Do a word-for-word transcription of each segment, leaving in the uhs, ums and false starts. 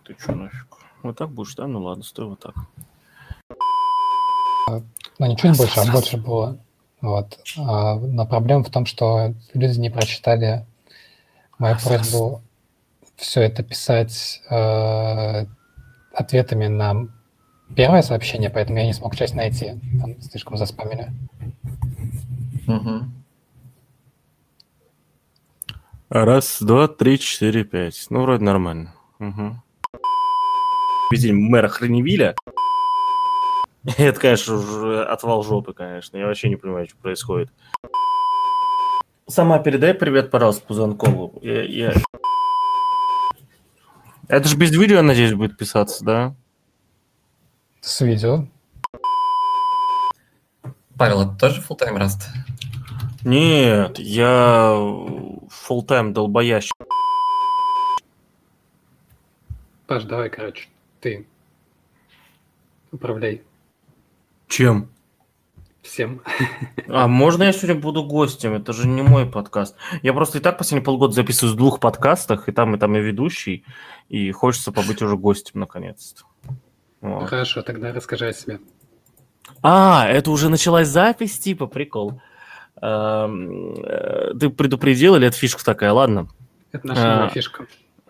Ты чё нафиг? Вот так будешь, да? Ну ладно, стой вот так. Ну, не чуть больше, а больше было. Вот. А, но проблема в том, что люди не прочитали мою просьбу все это писать э, ответами на первое сообщение, поэтому я не смог часть найти. Там слишком заспамили. Угу. Раз, два, три, четыре, пять. Ну, вроде нормально. Угу. Видели мэра Храневиля. Это, конечно, уже отвал жопы, конечно. Я вообще не понимаю, что происходит. Сама передай привет, пожалуйста, Пузанкову. Я, я... Это же без видео, я надеюсь, будет писаться, да? С видео. Павел, это тоже full-time Rust? Нет, я full-time долбоящик. Паш, давай, короче, ты управляй. Чем? Всем. А можно я сегодня буду гостем? Это же не мой подкаст. Я просто и так последние полгода записываюсь в двух подкастах, и там, и там я ведущий, и хочется побыть уже гостем наконец-то. Вот. Хорошо, тогда расскажи о себе. А, это уже началась запись, типа, прикол. А, ты предупредил, или это фишка такая? Ладно. Это наша новая а, фишка.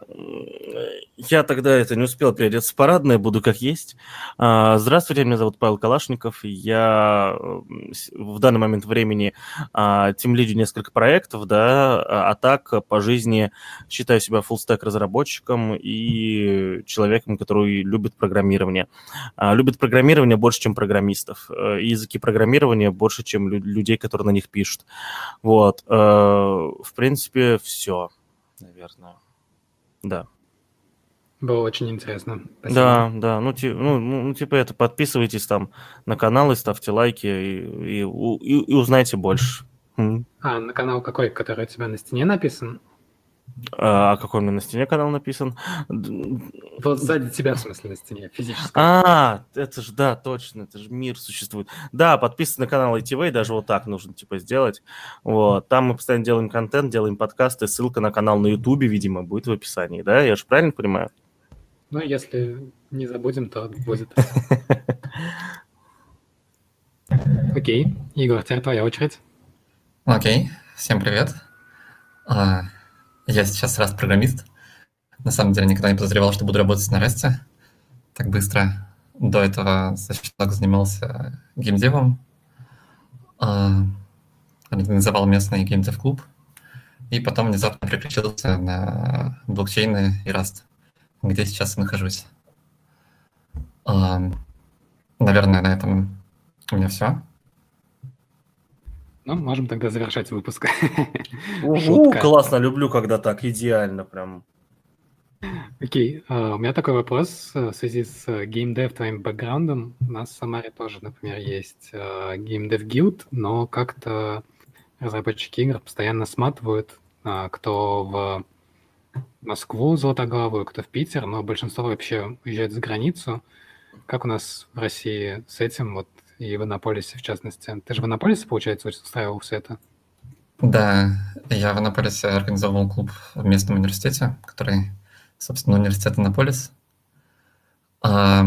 Я тогда это не успел переодеться парадное, буду как есть. Здравствуйте, меня зовут Павел Калашников. Я в данный момент времени тимлидю несколько проектов, да, а так по жизни считаю себя фуллстек разработчиком и человеком, который любит программирование. Любит программирование больше, чем программистов. И языки программирования больше, чем людей, которые на них пишут. Вот. В принципе, все, наверное. Да. Было очень интересно. Спасибо. Да, да, ну, ти, ну, ну, типа это, подписывайтесь там на канал и ставьте лайки, и, и, и, и узнайте больше. М. А, на канал какой, который у тебя на стене написан? А какой у меня на стене канал написан? Вот сзади тебя, в смысле, на стене, физически. А, это же, да, точно, это же мир существует. Да, подписывайтесь на канал ай ти ви, даже вот так нужно, типа, сделать. Вот, там мы постоянно делаем контент, делаем подкасты, ссылка на канал на Ютубе, видимо, будет в описании, да? Я же правильно понимаю? Ну, если не забудем, то будет. Окей, Игорь, теперь твоя очередь. Окей, всем привет. А, я сейчас Rust-программист. На самом деле никогда не подозревал, что буду работать на Rust так быстро. До этого достаточно много занимался геймдевом. А, организовал местный геймдев-клуб. И потом внезапно переключился на блокчейны и Rust, где сейчас и нахожусь. А, наверное, на этом у меня все. Ну, можем тогда завершать выпуск. Угу, классно, люблю, когда так, идеально прям. Окей, у меня такой вопрос в связи с геймдев твоим бэкграундом. У нас в Самаре тоже, например, есть геймдев гилд, но как-то разработчики игр постоянно сматывают, кто в Москву золотоглавую, кто в Питер, но большинство вообще уезжает за границу. Как у нас в России с этим, вот, и в Иннополисе, в частности? Ты же в Иннополисе, получается, устраивал все это? Да, я в Иннополисе организовал клуб в местном университете, который, собственно, университет Иннополис. А,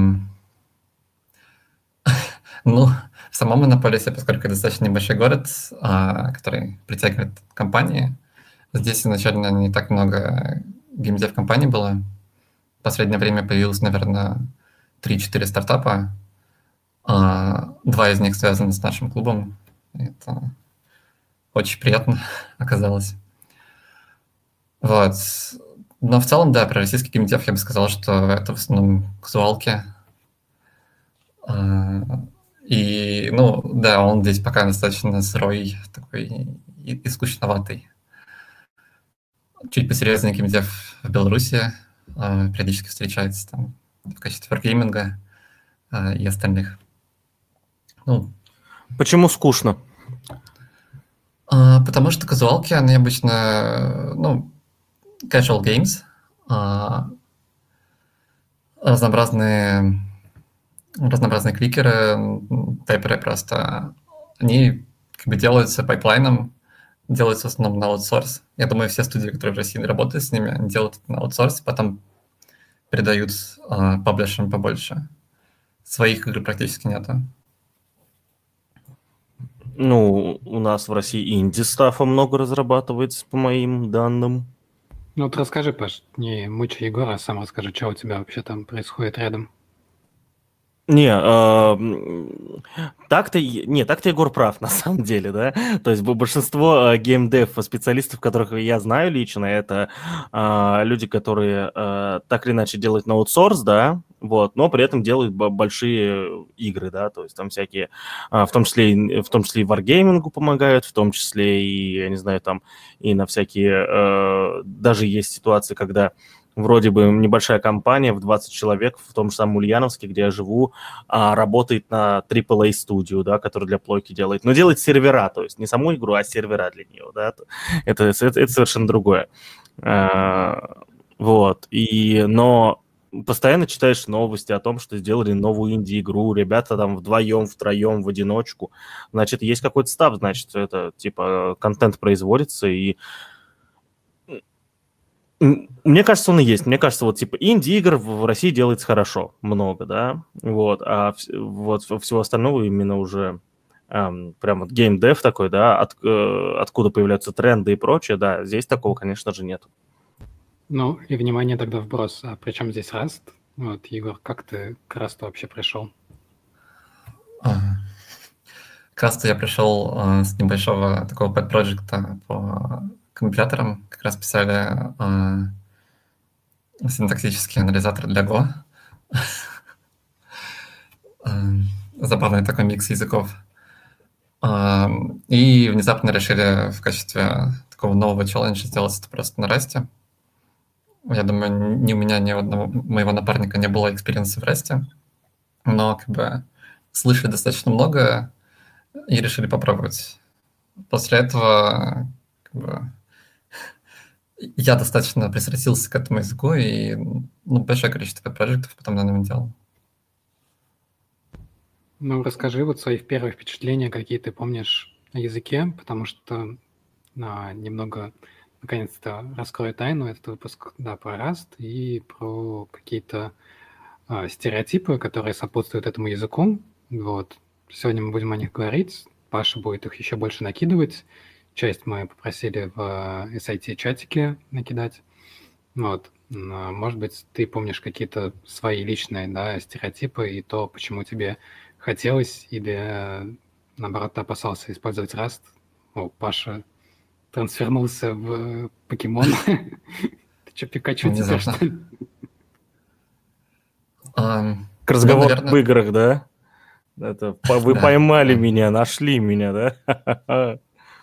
ну, в самом Иннополисе, поскольку это достаточно небольшой город, а, который притягивает компании, здесь изначально не так много геймдев-компаний было. В последнее время появилось, наверное, три-четыре стартапа. А, два из них связаны с нашим клубом. Это очень приятно оказалось. Вот. Но в целом, да, про российский геймдев я бы сказал, что это в основном казуалки. А, и, ну, да, он здесь пока достаточно сырой, такой и, и скучноватый. Чуть посерьезнее геймдев в Беларуси а, периодически встречается там в качестве варгейминга а, и остальных. Ну, почему скучно? А, потому что казуалки, они обычно, ну, casual games, а, разнообразные, разнообразные кликеры, тайперы просто, они как бы делаются пайплайном, делаются в основном на аутсорс. Я думаю, все студии, которые в России работают с ними, они делают это на аутсорс, потом передают э, паблишерам побольше. Своих игр практически нету. Ну, у нас в России инди-стафа много разрабатывается, по моим данным. Ну вот расскажи, Паш, не мучай Егора, а сам расскажи, что у тебя вообще там происходит рядом. Не, а, м, так-то, е- не, так-то Егор прав, на самом деле, да. То есть б- большинство а, геймдев специалистов, которых я знаю лично, это а, люди, которые а, так или иначе делают на аутсорс, да, вот, но при этом делают б- большие игры, да, то есть там всякие, а, в том числе, и- в том числе и варгеймингу помогают, в том числе и, я не знаю, там, и на всякие, э, даже есть ситуации, когда вроде бы небольшая компания в двадцать человек в том же самом Ульяновске, где я живу, а, работает на трипл эй студию, да, которая для плойки делает. Но делает сервера, то есть не саму игру, а сервера для нее, да. Это, это, это совершенно другое. А, вот. И, но постоянно читаешь новости о том, что сделали новую инди-игру, ребята там вдвоем, втроем, в одиночку. Значит, есть какой-то став, значит, это типа контент производится, и М, мне кажется, он и есть. Мне кажется, вот типа инди-игр в в России делается хорошо, много, да, вот, а вс- вот в- всего остального именно уже ам, прям вот геймдев такой, да, от- э, откуда появляются тренды и прочее, да, здесь такого, конечно же, нет. Ну и внимание тогда вброс. А при чем здесь Rust? Вот, Егор, как ты к Rust вообще пришел? Ага. Как раз-то я пришел э, с небольшого такого пэт-проекта по компиляторам. Как раз писали э, синтаксический анализатор для Go. Э, Забавный такой микс языков. Э, И внезапно решили в качестве такого нового челленджа сделать это просто на Rust. Я думаю, ни у меня, ни у одного моего напарника не было экспириенса в Rust, но как бы слышали достаточно много и решили попробовать. После этого как бы, я достаточно пристрастился к этому языку и ну, большое количество проектов потом на нем делал. Ну, расскажи вот свои первые впечатления, какие ты помнишь о языке, потому что а, немного, наконец-то, раскрою тайну, этот выпуск, да, про Rust и про какие-то а, стереотипы, которые сопутствуют этому языку. Вот. Сегодня мы будем о них говорить. Паша будет их еще больше накидывать. Часть мы попросили в эс ай ти-чатике накидать. Вот. М, а, Может быть, ты помнишь какие-то свои личные, да, стереотипы и то, почему тебе хотелось или, э, наоборот, ты опасался использовать Rust. О, Паша трансфернулся в покемон. Ты что, Пикачу теперь, Внезапно. что ли? Ам, К Ну, разговору об наверное, играх, да? Это по- вы да. поймали да. меня, нашли меня, да?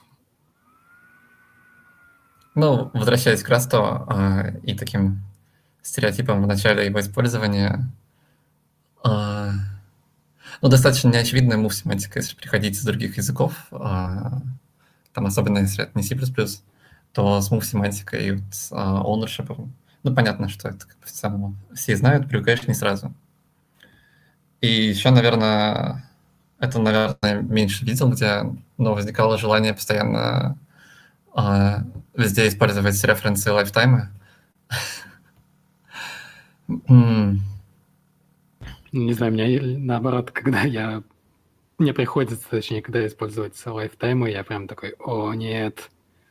Ну, возвращаясь к Расту а, и таким стереотипам в начале его использования, а, ну, достаточно неочевидная мув-семантика, если приходить из других языков, а, там особенно если это не C++, то с мув-семантикой и вот, а, ownership, ну, понятно, что это как бы в целом все знают, привыкаешь не сразу. И еще, наверное, это, наверное, меньше видел, где, ну, возникало желание постоянно а, везде использовать референсы и лайфтаймы. М, Не знаю, меня и- наоборот, когда я... Мне приходится, точнее, когда использовать лайфтаймы, я прям такой, о, нет.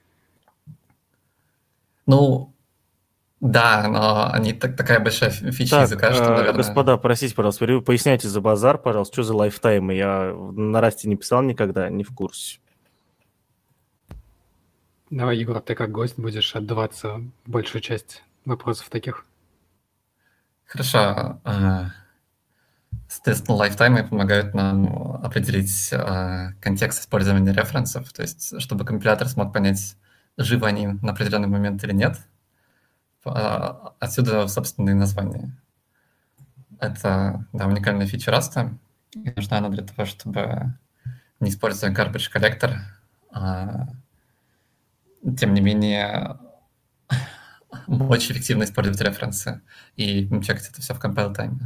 Ну, да, но они так, такая большая фи- фича Так, языка, что, э, наверное... господа, простите, пожалуйста, вы поясняйте за базар, пожалуйста, что за лайфтаймы? Я на Расте не писал никогда, не в курсе. Давай, Егор, ты как гость будешь отдаваться в большую часть вопросов таких. Хорошо. а, Соответственно, лайфтаймы помогают нам определить а, контекст использования референсов, то есть чтобы компилятор смог понять, живы они на определенный момент или нет. А, Отсюда, собственно, и название. Это, да, уникальная фича Rust. И нужна она для того, чтобы, не используя garbage collector, а, тем не менее, очень эффективно использовать референсы и чекать это все в compile time.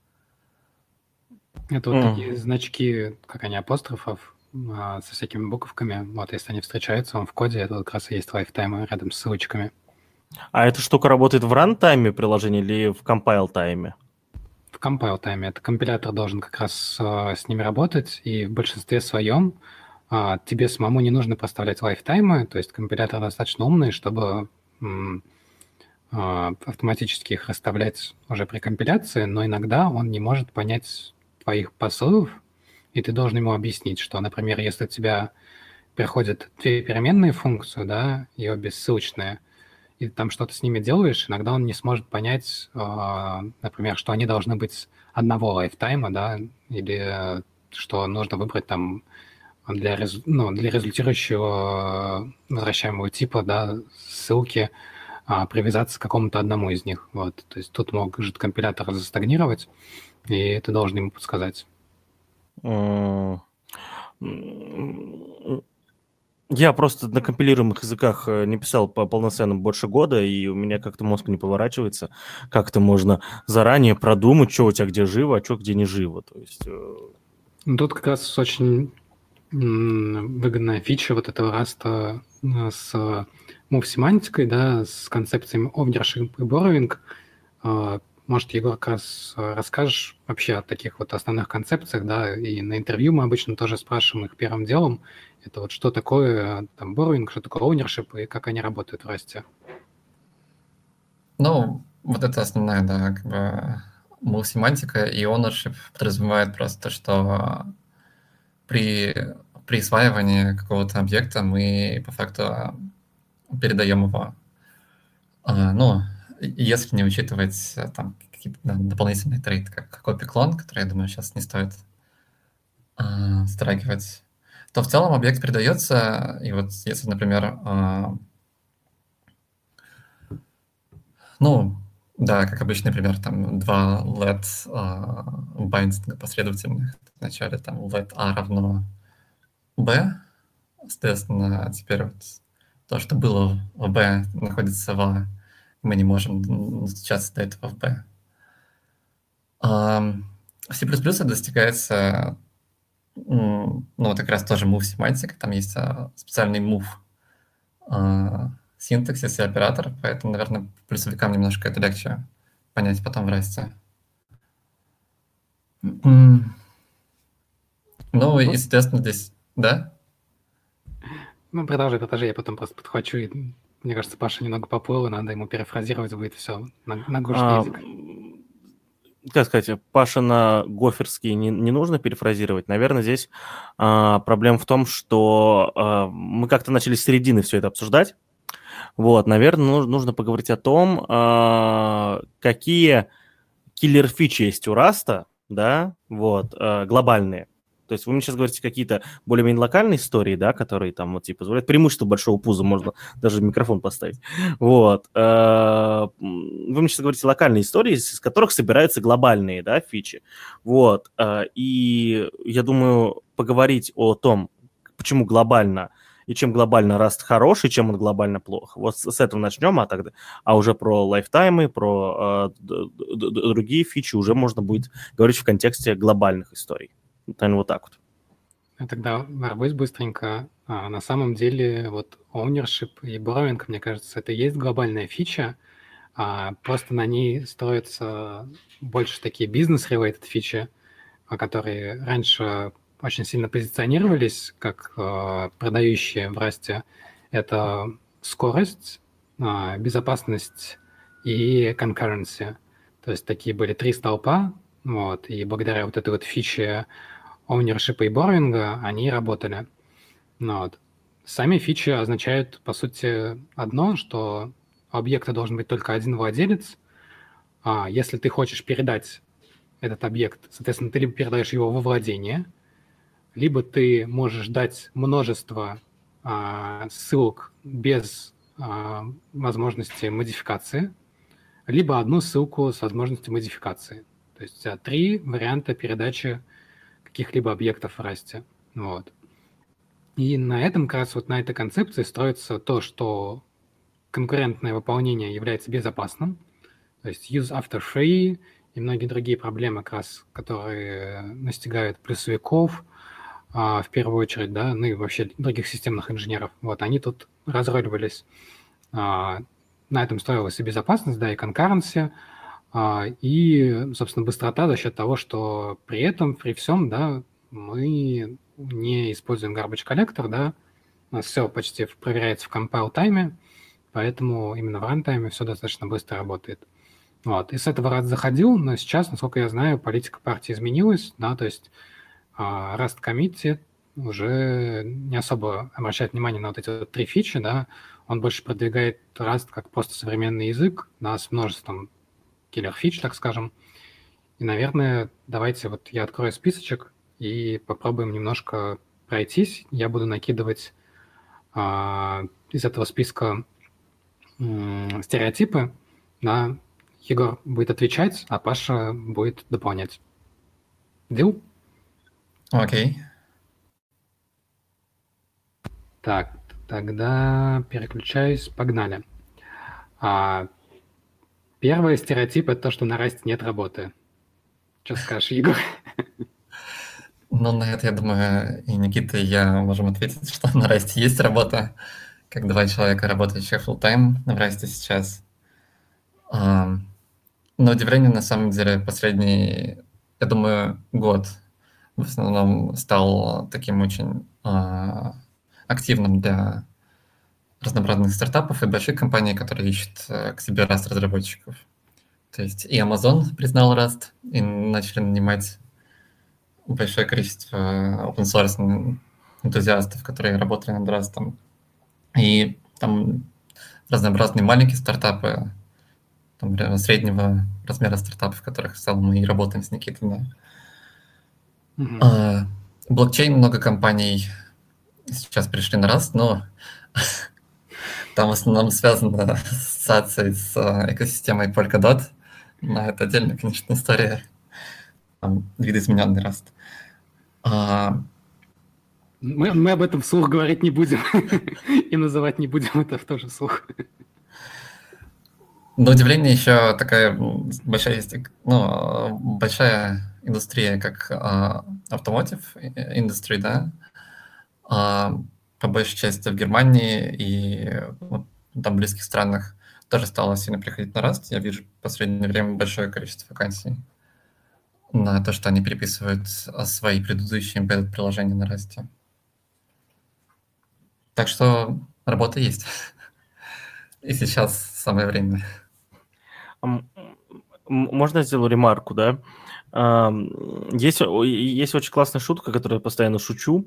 Это вот такие М. значки, как они, апострофов, а, со всякими буковками. Вот, если они встречаются, он в коде, это как раз и есть лайфтаймы рядом с ссылочками. А эта штука работает в рантайме приложения или в компайл-тайме? В компайл-тайме. Это компилятор должен как раз э, с ними работать, и в большинстве своем э, тебе самому не нужно проставлять лайфтаймы, то есть компилятор достаточно умный, чтобы м, э, автоматически их расставлять уже при компиляции, но иногда он не может понять твоих посылов, и ты должен ему объяснить, что, например, если у тебя приходят две переменные функции, да, и обе ссылочные, и ты там что-то с ними делаешь, иногда он не сможет понять, а, например, что они должны быть одного лайфтайма, да, или что нужно выбрать там для, резу- ну, для результирующего возвращаемого типа, да, ссылки, а, привязаться к какому-то одному из них. Вот. То есть тут может компилятор застагнировать, и ты должен ему подсказать. М, м, Я просто на компилируемых языках э, не писал по полноценному больше года, и у меня как-то мозг не поворачивается. Как-то можно заранее продумать, что у тебя где живо, а что где не живо. То есть, э, Ну, тут как раз очень м, выгодная фича вот этого раста э, с move-семантикой, да, с концепциями ownership и borrowing. Э, Может, Егор, как раз э, расскажешь вообще о таких вот основных концепциях, да, и на интервью мы обычно тоже спрашиваем их первым делом. Это вот что такое э, там borrowing, что такое ownership и как они работают в расте. Ну, вот это основная, да, как бы мул-семантика, и ownership подразумевает просто, что при присваивании какого-то объекта мы по факту передаем его. А, ну, если не учитывать а, там какие-то да, дополнительные трейды, как копи-клон, который, я думаю, сейчас не стоит а, затрагивать, то в целом объект передается, и вот если, например, а, ну, да, как обычный пример, там два let а, байдинга последовательных. Вначале там let a равно b, соответственно, теперь вот то, что было в b, находится в a, мы не можем достучаться до этого в b. А, в C++ это достигается, м, ну, вот как раз тоже move семантика, там есть а, специальный move а, синтаксис и оператор, поэтому, наверное, плюсовикам немножко это легче понять потом в расте. М, Ну, и, Ну, естественно, здесь, да? ну, продолжай, продолжай, я потом просто подхвачу. И, мне кажется, Паша немного поплыл, и надо ему перефразировать будет все на, на гошный а, язык. м, как сказать, Паша на гоферский не, не нужно перефразировать. Наверное, здесь а, проблема в том, что а, мы как-то начали с середины все это обсуждать. Вот, наверное, нуж- нужно поговорить о том, а, какие киллер-фичи есть у Раста, да, вот, а, глобальные. То есть вы мне сейчас говорите какие-то более-менее локальные истории, да, которые там вот типа позволяют преимущество большого пуза, можно даже микрофон поставить. Вот. а, м, Вы мне сейчас говорите локальные истории, из которых собираются глобальные, да, фичи. Вот. а, И я думаю, поговорить о том, почему глобально и чем глобально Rust хорош, и чем он глобально плох. Вот с, с этого начнем, а тогда, а уже про лайфтаймы, про э, д- д- д- другие фичи уже можно будет говорить в контексте глобальных историй. Наверное, вот так вот. А тогда ворвусь быстренько. А, на самом деле, вот ownership и borrowing, мне кажется, это и есть глобальная фича. А, просто на ней строятся больше такие бизнес-related фичи, а, которые раньше очень сильно позиционировались как а, продающие в расте. Это скорость, а, безопасность и concurrency. То есть такие были три столпа, вот, и благодаря вот этой вот фиче ownership и borrowing они работали. Ну, вот. Сами фичи означают, по сути, одно, что у объекта должен быть только один владелец. А если ты хочешь передать этот объект, соответственно, ты либо передаешь его во владение, либо ты можешь дать множество а, ссылок без а, возможности модификации, либо одну ссылку с возможностью модификации. То есть у тебя три варианта передачи каких-либо объектов в расте. Вот. И на этом, как раз вот на этой концепции строится то, что конкурентное выполнение является безопасным, то есть use after free и многие другие проблемы, как раз, которые настигают плюсовиков, а, в первую очередь, да, ну и вообще других системных инженеров. Вот, они тут разруливались. А, на этом строилась и безопасность, да, и конкуренция, и, собственно, быстрота за счет того, что при этом, при всем, да, мы не используем garbage collector, да, у нас все почти проверяется в compile тайме, поэтому именно в рантайме все достаточно быстро работает. Вот. И с этого раз заходил, но сейчас, насколько я знаю, политика партии изменилась, да, то есть Rust Committee уже не особо обращает внимание на вот эти вот три фичи, да, он больше продвигает Rust как просто современный язык, да, с множеством киллер-фич, так скажем. И, наверное, давайте вот я открою списочек и попробуем немножко пройтись. Я буду накидывать а, из этого списка м, стереотипы, да. Егор будет отвечать, а Паша будет дополнять. Дел? Окей. Okay. Так, тогда переключаюсь, погнали. А, первый стереотип – это то, что на Rust нет работы. Что скажешь, Егор? Ну, на это, я думаю, и Никита, и я можем ответить, что на Rust есть работа, как два человека, работающих full-time в Rust сейчас. На удивление, на самом деле, последний, я думаю, год в основном стал таким очень э, активным для разнообразных стартапов и больших компаний, которые ищут э, к себе Rust-разработчиков. То есть и Amazon признал Rust, и начали нанимать большое количество open-source энтузиастов, которые работали над Rust. И там разнообразные маленькие стартапы, там, среднего размера стартапов, в которых в целом мы и работаем с Никитой. Да. Mm-hmm. А, блокчейн, много компаний сейчас пришли на Rust, но там в основном связано с ассоциацией с экосистемой Polkadot. Но это отдельная, конечно, история. Там видоизмененный Rust. А... Мы, мы об этом вслух говорить не будем и называть не будем это тоже вслух. На удивление еще такая большая, ну, большая индустрия, как automotive industry, да, uh, по большей части в Германии и ну, там в близких странах тоже стало сильно приходить на Rust. Я вижу в последнее время большое количество вакансий на то, что они переписывают свои предыдущие embedded приложения на Rust. Так что работа есть. И сейчас самое время. Можно я сделаю ремарку, да? Есть, есть очень классная шутка, которую я постоянно шучу,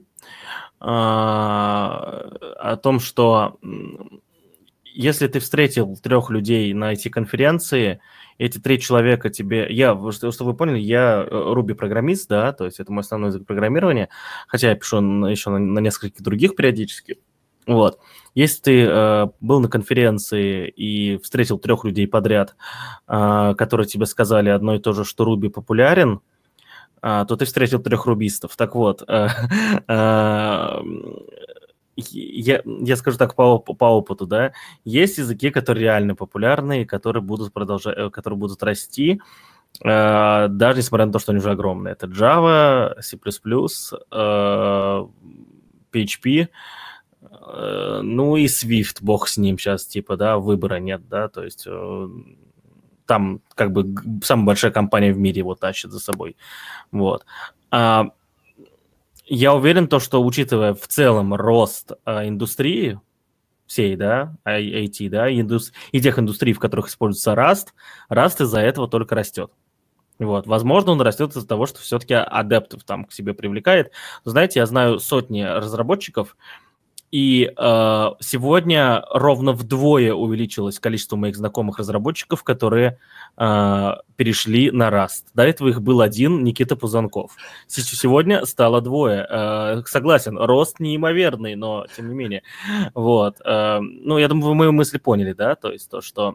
о том, что если ты встретил трех людей на эти конференции, эти три человека тебе... Я, что, что вы поняли, я Ruby-программист, да, то есть это мой основной язык программирования, хотя я пишу еще на, на нескольких других периодически. Вот. Если ты э, был на конференции и встретил трех людей подряд, э, которые тебе сказали одно и то же, что Ruby популярен, э, то ты встретил трех рубистов. Так вот, э, э, я, я скажу так по, по опыту, да, есть языки, которые реально популярны, которые будут продолжать, которые будут расти, э, даже несмотря на то, что они уже огромные. Это Java, C++, э, пи эйч пи, ну и Swift, бог с ним сейчас, типа, да, выбора нет, да, то есть э, там как бы самая большая компания в мире его тащит за собой, вот. А, я уверен, то, что учитывая в целом рост а, индустрии всей, да, ай ти, да, и, индус... и тех индустрий, в которых используется Rust, Rust из-за этого только растет. Вот. Возможно, он растет из-за того, что все-таки адептов там к себе привлекает. Знаете, я знаю сотни разработчиков, и э, сегодня ровно вдвое увеличилось количество моих знакомых разработчиков, которые э, перешли на Rust. До этого их был один, Никита Пузанков. Сегодня стало двое. Э, согласен, рост неимоверный, но тем не менее. Вот. Э, ну, я думаю, вы мою мысль поняли, да? То есть то, что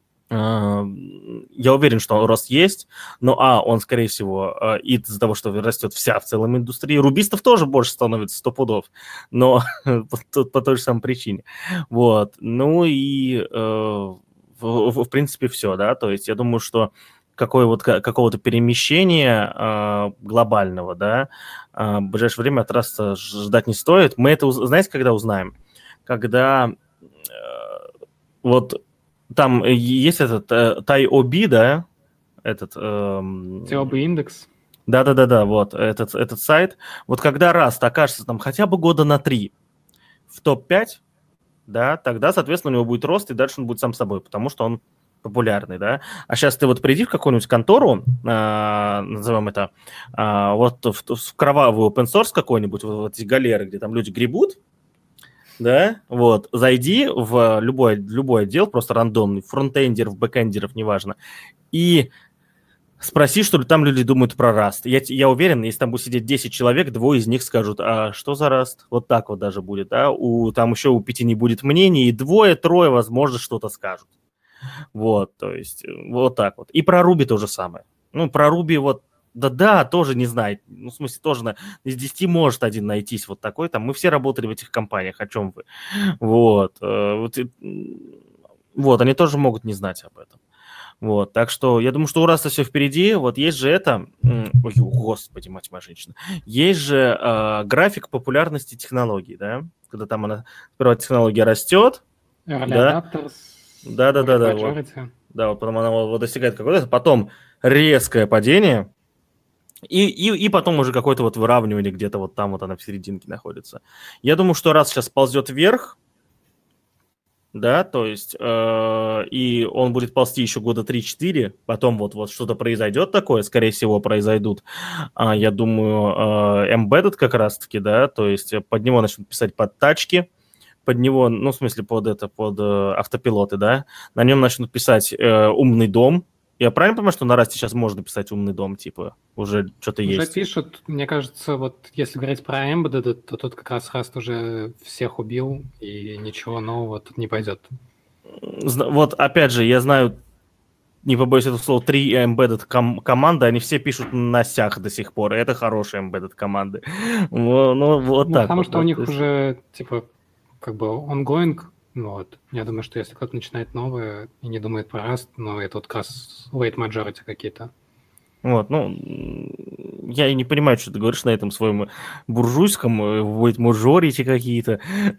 я уверен, что рост есть, но, а, он, скорее всего, из-за того, что растет вся в целом индустрия, рубистов тоже больше становится, сто пудов, но по, по той же самой причине. Вот. Ну и, в, в, в принципе, все, да, то есть я думаю, что какое вот, какого-то перемещения глобального, да, в ближайшее время от Раста ждать не стоит. Мы это, знаете, когда узнаем? Когда вот Там есть этот э, ти о би, да? Этот... Эм... ти о би индекс. Да-да-да-да, вот этот, этот сайт. Вот когда Rust окажется там хотя бы года на три в топ пять, да, тогда, соответственно, у него будет рост, и дальше он будет сам собой, потому что он популярный, да. А сейчас ты вот приди в какую-нибудь контору, э, назовем это, э, вот в, в кровавый open source какой-нибудь, вот, вот эти галеры, где там люди гребут, да, вот, зайди в любой, любой отдел, просто рандомный, фронтендеров, бэкендеров, неважно, и спроси, что ли там люди думают про Rust. Я, я уверен, если там будет сидеть десять человек, двое из них скажут, а что за Rust? Вот так вот даже будет, да, у, там еще у пяти не будет мнений, и двое-трое, возможно, что-то скажут. Вот, то есть, вот так вот. И про Ruby то же самое. Ну, про Ruby вот, да-да, тоже не знает. Ну, в смысле, тоже на, из десяти может один найтись вот такой. Там мы все работали в этих компаниях, о чем вы. Вот. Вот, вот они тоже могут не знать об этом. Вот, так что я думаю, что у Раста все впереди. Вот есть же это... Ой, господи, мать моя женщина. Есть же э, график популярности технологий, да? Когда там она... Сперва технология растет. Early да? adapters. Да-да-да. Вот, да, вот потом она вот достигает какой-то... Потом резкое падение. И, и, и потом уже какое-то вот выравнивание где-то вот там вот она в серединке находится. Я думаю, что раз сейчас ползет вверх, да, то есть, э, и он будет ползти еще года три-четыре, потом вот, вот что-то произойдет такое, скорее всего, произойдут, э, я думаю, э, embedded как раз-таки, да, то есть под него начнут писать под тачки, под него, ну, в смысле, под это, под э, автопилоты, да, на нем начнут писать э, умный дом. Я правильно понимаю, что на Расте сейчас можно писать умный дом, типа, уже что-то уже есть? Уже пишут, мне кажется, вот если говорить про Embedded, то тут как раз Rust уже всех убил, и ничего нового тут не пойдет. Вот, опять же, я знаю, не побоюсь этого слова, три embedded ком- команды, они все пишут на сях до сих пор, и это хорошие embedded команды. Ну, ну вот ну, так потому вот, что да, у них есть... уже, типа, как бы ongoing, вот. Я думаю, что если кто-то начинает новое и не думает про Rust, ну, это вот как раз late majority какие-то. Вот, ну, я и не понимаю, что ты говоришь на этом своем буржуйском, будет мажорити какие-то,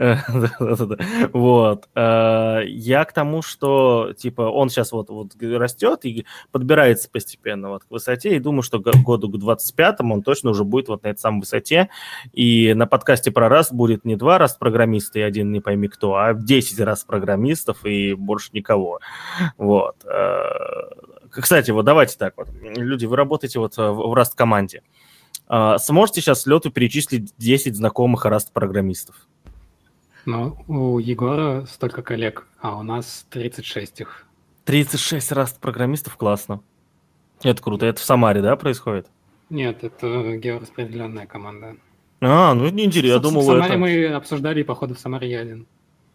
вот. Я к тому, что, типа, он сейчас вот, вот растет и подбирается постепенно вот к высоте, и думаю, что к году к двадцать пятому он точно уже будет вот на этой самой высоте, и на подкасте про Rust будет не два Rust-программиста и один не пойми кто, а десять Rust-программистов и больше никого, вот. Кстати, вот давайте так вот, люди, вы работаете вот в Rust-команде. Сможете сейчас с лету перечислить десять знакомых Rust-программистов? Ну, у Егора столько коллег, а у нас тридцать шесть их. тридцать шесть Rust-программистов? Классно. Это круто. Это в Самаре, да, происходит? Нет, это геораспределенная команда. А, ну интересно, я думал, в Самаре это... мы обсуждали, и, походу, в Самаре я один.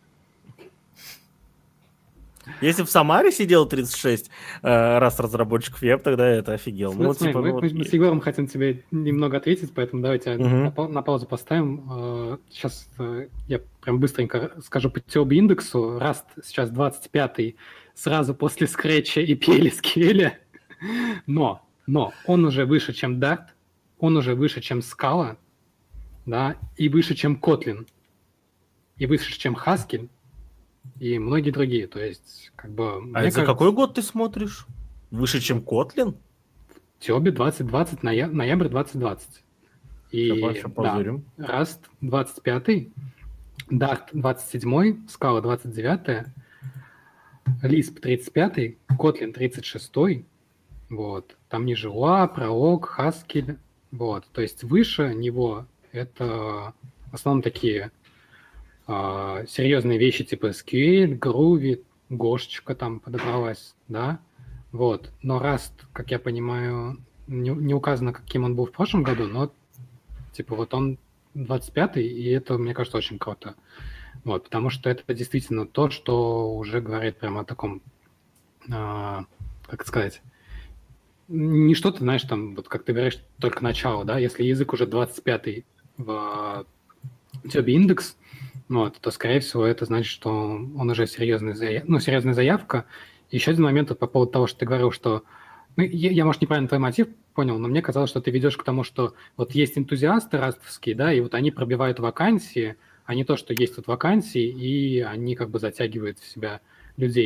Если в Самаре сидел тридцать шесть э, раз разработчиков, я бы тогда это офигел. Смотри, ну, смотри, типа, мы, ну, мы, вот... мы с Егором хотим тебе немного ответить, поэтому давайте угу. на, на паузу поставим. Сейчас я прям быстренько скажу по ти о би индексу. Rust сейчас двадцать пятый, сразу после Scratch и пи эл эс кью эл, но, но он уже выше, чем Dart, он уже выше, чем Scala, да, и выше, чем Kotlin, и выше, чем Haskell, и многие другие. То есть, как бы... А мне за кажется, какой год ты смотришь? Выше, чем Kotlin? ти о би двадцать двадцать, ноя... ноябрь двадцать двадцать. И сейчас да, Rust двадцать пятый, Dart двадцать седьмой, Scala двадцать девятый, Lisp тридцать пятый, Kotlin тридцать шестой, вот. Там ниже Lua, Prolog, Haskell, вот. То есть выше него это в основном такие э, серьезные вещи типа эс кью эль, Groovy, Гошечка там подобралась, да. Вот. Но Rust, как я понимаю, не, не указано, каким он был в прошлом году, но типа вот он двадцать пятый, и это, мне кажется, очень круто. Вот, потому что это действительно то, что уже говорит прямо о таком, э, как сказать, не что-то, знаешь, там, вот как ты говоришь, только начало, да, если язык уже двадцать пятый в ти о би индекс, вот, то, скорее всего, это значит, что он уже серьезная, заяв... ну, серьезная заявка. Еще один момент вот по поводу того, что ты говорил, что... Ну, я, я, может, неправильно твой мотив понял, но мне казалось, что ты ведешь к тому, что вот есть энтузиасты растовские, да, и вот они пробивают вакансии, а не то, что есть тут вакансии, и они как бы затягивают в себя людей.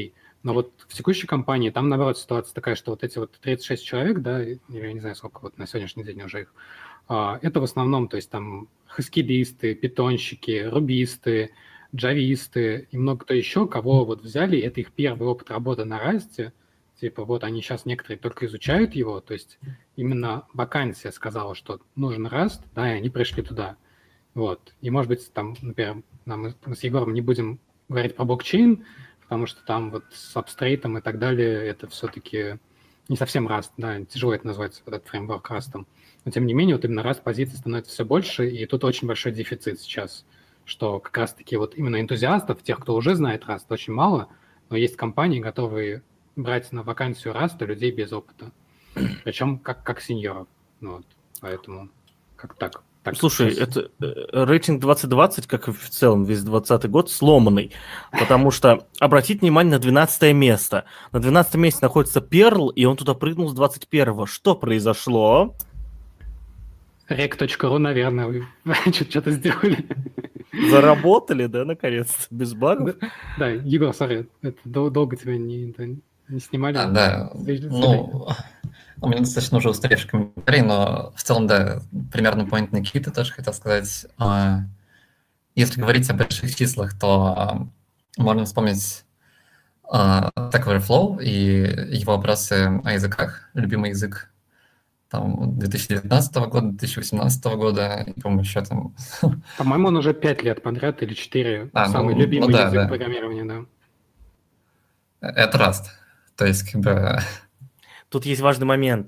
Но вот в текущей компании там, наоборот, ситуация такая, что вот эти вот тридцать шесть человек, да, я не знаю, сколько вот на сегодняшний день уже их, это в основном, то есть там хаскилисты, питонщики, рубисты, джависты и много кто еще, кого вот взяли, это их первый опыт работы на Расте, типа вот они сейчас некоторые только изучают его, то есть именно вакансия сказала, что нужен Rust, да, и они пришли туда. Вот. И, может быть, там, например, мы с Егором не будем говорить про блокчейн, потому что там вот с абстрейтом и так далее это все-таки не совсем Rust, да, тяжело это назвать, вот этот фреймворк Rust. Но, тем не менее, вот именно Rust позиций становится все больше, и тут очень большой дефицит сейчас, что как раз-таки вот именно энтузиастов, тех, кто уже знает Rust, очень мало, но есть компании, готовые брать на вакансию Rust людей без опыта. Причем как, как сеньоров. Ну, вот. Поэтому как так. Так, Слушай, сейчас... это э, рейтинг двадцать двадцать, как и в целом весь двадцатый год, сломанный, потому что обратите внимание на двенадцатое место. На двенадцатом месте находится Перл, и он туда прыгнул с двадцать первого. Что произошло? рек точка ру, наверное, вы что-то сделали. Заработали, да, наконец-то, без багов? Да, да, Егор, сори, это долго тебя не, не снимали. А, да, ну... У меня достаточно уже устаревший комментарий, но в целом, да, примерно point Никиты тоже хотел сказать. Если говорить о больших числах, то можно вспомнить Stack Overflow и его опросы о языках, любимый язык там две тысячи девятнадцатого года, две тысячи восемнадцатого года, и, по-моему, еще там... По-моему, он уже пять лет подряд или четыре а, самый ну, любимый ну, да, язык да. программирования, да. Это Rust, то есть как бы... Тут есть важный момент,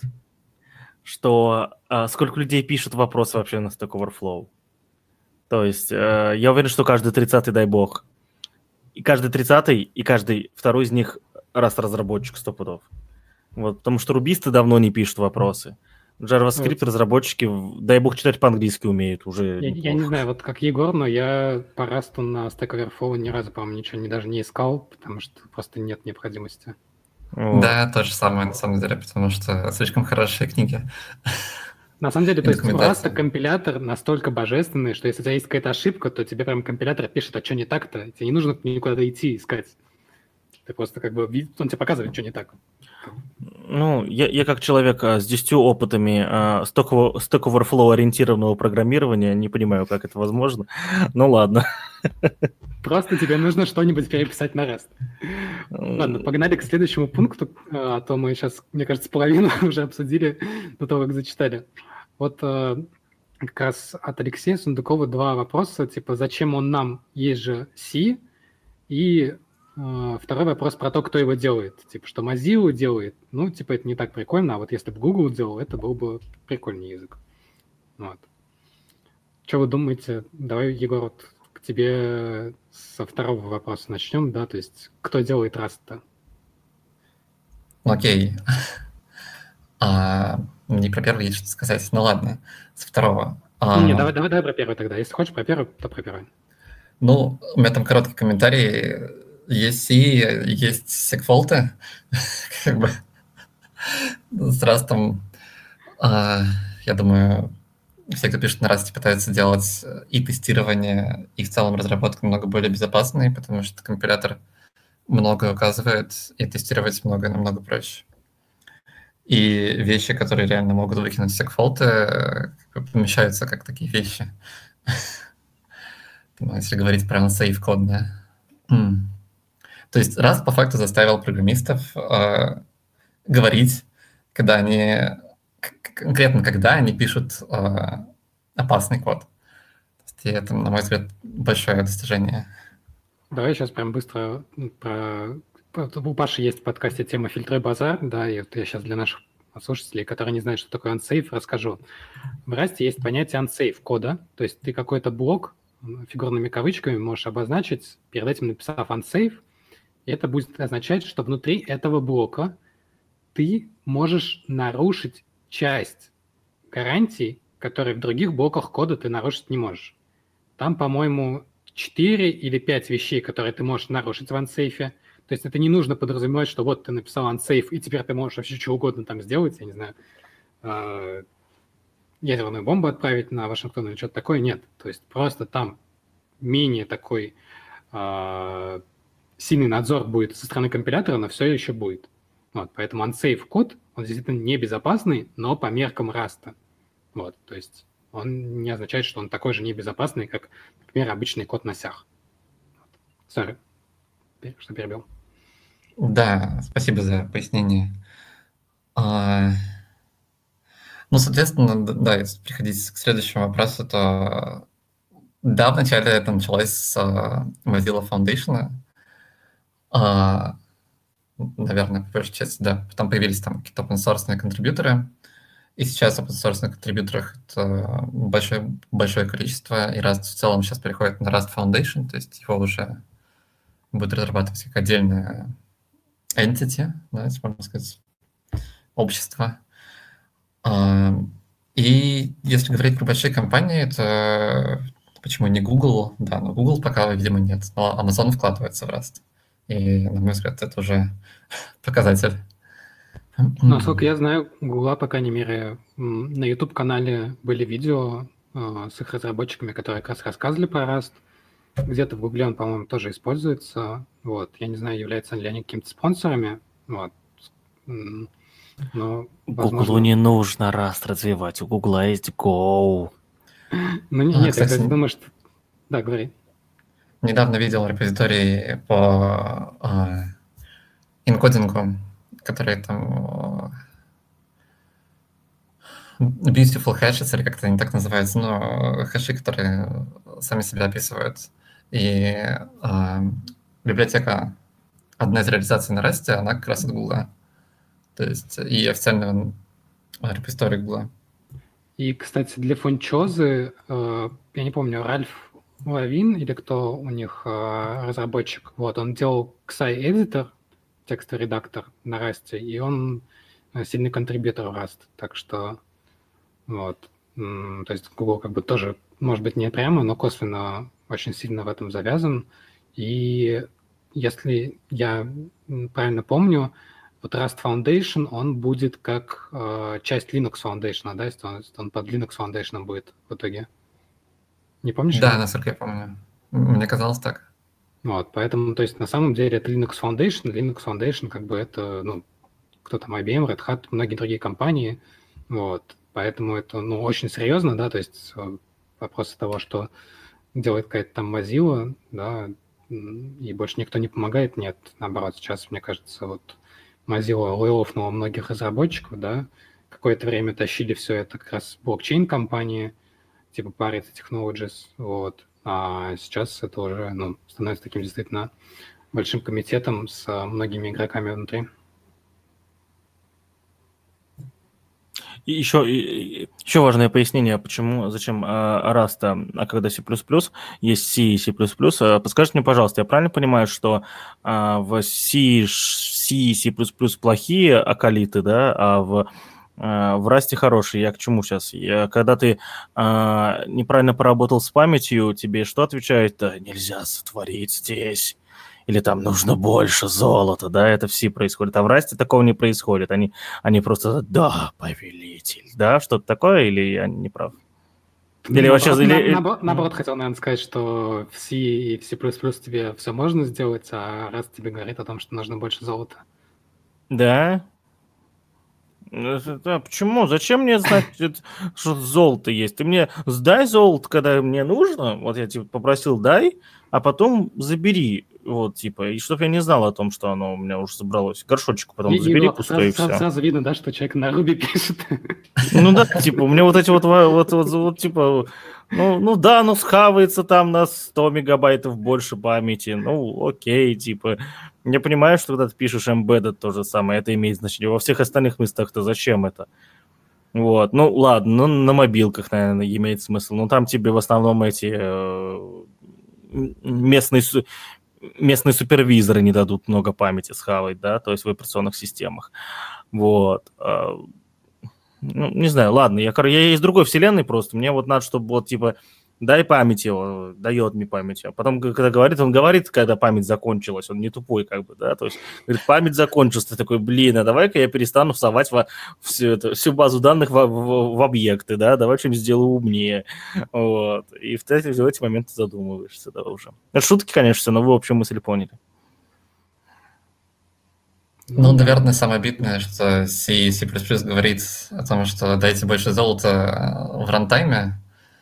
что а, сколько людей пишут вопросы вообще на Stack Overflow. То есть э, я уверен, что каждый тридцатый, дай бог, и каждый тридцатый, и каждый второй из них раз разработчик сто пудов. Вот, потому что рубисты давно не пишут вопросы. JavaScript разработчики, дай бог, читать по-английски умеют уже. Я, я не знаю, вот как Егор, но я по Rust на Stack Overflow ни разу, по-моему, ничего не, даже не искал, потому что просто нет необходимости. Вот. Да, то же самое, на самом деле, потому что слишком хорошие книги. На самом деле, то есть у Rust компилятор настолько божественный, что если у тебя есть какая-то ошибка, то тебе прям компилятор пишет, а что не так-то? Тебе не нужно никуда идти искать. Ты просто как бы, он тебе показывает, что не так. Ну, я, я как человек а, с десятью опытами а, Stack Overflow ориентированного программирования не понимаю, как это возможно. Ну ладно. Просто тебе нужно что-нибудь переписать на Rust. Ладно, погнали к следующему пункту, а то мы сейчас, мне кажется, половину уже обсудили до того, как зачитали. Вот как раз от Алексея Сундукова два вопроса, типа, зачем он нам, есть же C, и второй вопрос про то, кто его делает. Типа, что Mozilla делает, ну, типа, это не так прикольно, а вот если бы Google делал, это был бы прикольный язык. Вот. Что вы думаете? Давай, Егор, вот к тебе со второго вопроса начнем, да, то есть кто делает Rust-то? Окей. А, мне про первый есть что сказать. Ну ладно, с второго. А... Не, давай, давай, давай про первый тогда. Если хочешь про первый, то про первый. Ну, у меня там короткий комментарий. Есть C, есть сегфолты. Как бы с Rust'ом, я думаю, все, кто пишет на Rust, пытаются делать и тестирование, и в целом разработку намного более безопасной, потому что компилятор многое указывает, и тестировать многое намного проще. И вещи, которые реально могут выкинуть сегфолты, помещаются как такие вещи. Если говорить про unsafe код, да. То есть Rust по факту заставил программистов э, говорить, когда они, конкретно когда они пишут э, опасный код. То есть это, на мой взгляд, большое достижение. Давай сейчас прям быстро про... У Паши есть в подкасте тема «Фильтры базар», да, и вот я сейчас для наших слушателей, которые не знают, что такое unsafe, расскажу. В Rust есть понятие unsafe кода, то есть ты какой-то блок фигурными кавычками можешь обозначить, перед этим написав unsafe, и это будет означать, что внутри этого блока ты можешь нарушить часть гарантий, которые в других блоках кода ты нарушить не можешь. Там, по-моему, четыре или пять вещей, которые ты можешь нарушить в unsafe. То есть это не нужно подразумевать, что вот ты написал unsafe, и теперь ты можешь вообще что угодно там сделать, я не знаю, ядерную бомбу отправить на Вашингтон или что-то такое. Нет. То есть просто там менее такой... сильный надзор будет со стороны компилятора, но все еще будет. Вот, поэтому unsafe код, он действительно небезопасный, но по меркам Rust. Вот, то есть он не означает, что он такой же небезопасный, как, например, обычный код на сях. Сори, что перебил. Да, спасибо за пояснение. А, ну, соответственно, да, если переходить к следующему вопросу, то да, вначале это началось с uh, Mozilla Foundation. Uh, наверное, по большей части, да. Потом появились там какие-то open-source контрибьюторы. И сейчас open-source контрибьюторов это большое, большое количество. И Rust в целом сейчас переходит на Rust Foundation, то есть его уже будет разрабатывать как отдельная entity, да, если можно сказать, общество. И если говорить про большие компании, то почему не Google? Да, но Google пока, видимо, нет. Но Amazon вкладывается в Rust. И, на мой взгляд, это уже показатель. Насколько я знаю, Google, по крайней мере, на YouTube-канале были видео э, с их разработчиками, которые как раз рассказывали про Rust. Где-то в Google он, по-моему, тоже используется. Вот. Я не знаю, являются ли они какими-то спонсорами. Вот. Но, возможно... Гуглу не нужно Rust развивать, у Гугла есть Go. Ну, не, А, нет, кстати, я думаю, что... Да, говори. Недавно видел репозиторий по э, инкодингу, который там Beautiful Hashes, или как-то они так называются, но хэши, которые сами себя описывают. И э, библиотека, одна из реализаций на Rust, она как раз от Гугла. То есть и официального репозитория Гугла. И, кстати, для фунчозы, э, я не помню, Ральф Лавин или кто у них э, разработчик, вот, он делал Xi-эдитор, текстовый редактор на Rust, и он сильный контрибьютор в Rust, так что вот, то есть Google как бы тоже, может быть, не прямо, но косвенно очень сильно в этом завязан, и если я правильно помню, вот Rust Foundation, он будет как э, часть Linux Foundation, да, если он, если он под Linux Foundation будет в итоге. Не помнишь? Да, насколько я помню. Мне казалось так. Вот, поэтому, то есть, на самом деле, это Linux Foundation. Linux Foundation, как бы, это, ну, кто там, ай би эм, Red Hat, многие другие компании. Вот, поэтому это, ну, очень серьезно, да, то есть вопрос того, что делает какая-то там Mozilla, да, и больше никто не помогает, нет, наоборот, сейчас, мне кажется, вот Mozilla лейлофнула многих разработчиков, да, какое-то время тащили все это как раз блокчейн-компании, типа Parity Technologies, вот, а сейчас это уже, ну, становится таким действительно большим комитетом с многими игроками внутри. И еще, и, еще важное пояснение, почему, зачем а, Rust, а когда C++, есть C и C++. Подскажите мне, пожалуйста, я правильно понимаю, что а, в C, C и C++ плохие аколиты, да, а в, а, в Rust хорошие? Я к чему сейчас? Я, когда ты а, неправильно поработал с памятью, тебе что отвечают? Да, нельзя сотворить здесь. Или там нужно больше золота, да, это все происходит. А в Расте такого не происходит. Они, они просто, да, повелитель, да, что-то такое, или я не прав? Или вообще... На, или... наоборот, наоборот, хотел, наверное, сказать, что в C и в C++ тебе все можно сделать, а Rust тебе говорит о том, что нужно больше золота. Да? Да, почему? Зачем мне знать, что золото есть? Ты мне сдай золото, когда мне нужно. Вот я типа попросил, дай, а потом забери. Вот, типа, и чтобы я не знал о том, что оно у меня уже забралось. Горшочек потом и, забери, и, пустой, сразу, и все. Сразу видно, да, что человек на Руби пишет. Ну да, типа, у меня вот эти вот, вот, вот, вот типа, ну, ну да, ну схавается там на сто мегабайтов больше памяти, ну окей, типа. Я понимаю, что когда ты пишешь embedded, то же самое, это имеет значение. Во всех остальных местах-то зачем это? Вот, ну ладно, ну на мобилках, наверное, имеет смысл. Но там тебе в основном эти э, местные... местные супервизоры не дадут много памяти схавать, да, то есть в операционных системах. Вот. Ну, не знаю, ладно, я, я из другой вселенной просто, мне вот надо, чтобы вот, типа, дай память его, дает мне память, а потом, когда говорит, он говорит, когда память закончилась, он не тупой, как бы, да, то есть, говорит, память закончилась, ты такой, блин, а давай-ка я перестану всовать во, всю, это, всю базу данных в, в, в объекты, да, давай что-нибудь сделаю умнее, вот, и в эти, в эти моменты задумываешься, да, уже. Это шутки, конечно, но вы, в общем, мысль поняли. Ну, наверное, самое обидное, что C и C++ говорит о том, что дайте больше золота в рантайме,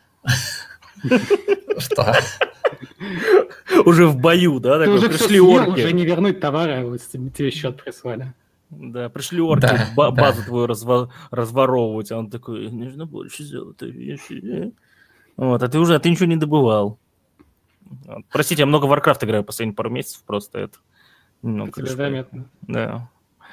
что... Уже в бою, да? Ты такой, уже все пришли съел, орки. уже не вернуть товары, а вот тебе тебе счет прислали. Да, пришли орки Да, ба- да. базу твою разво- разворовывать, а он такой, нужно больше золота. вещи». Вот, а ты уже, а ты ничего не добывал. Вот. Простите, я много в Warcraft играю последние пару месяцев, просто это немного... Это тебе лишь- заметно. Да.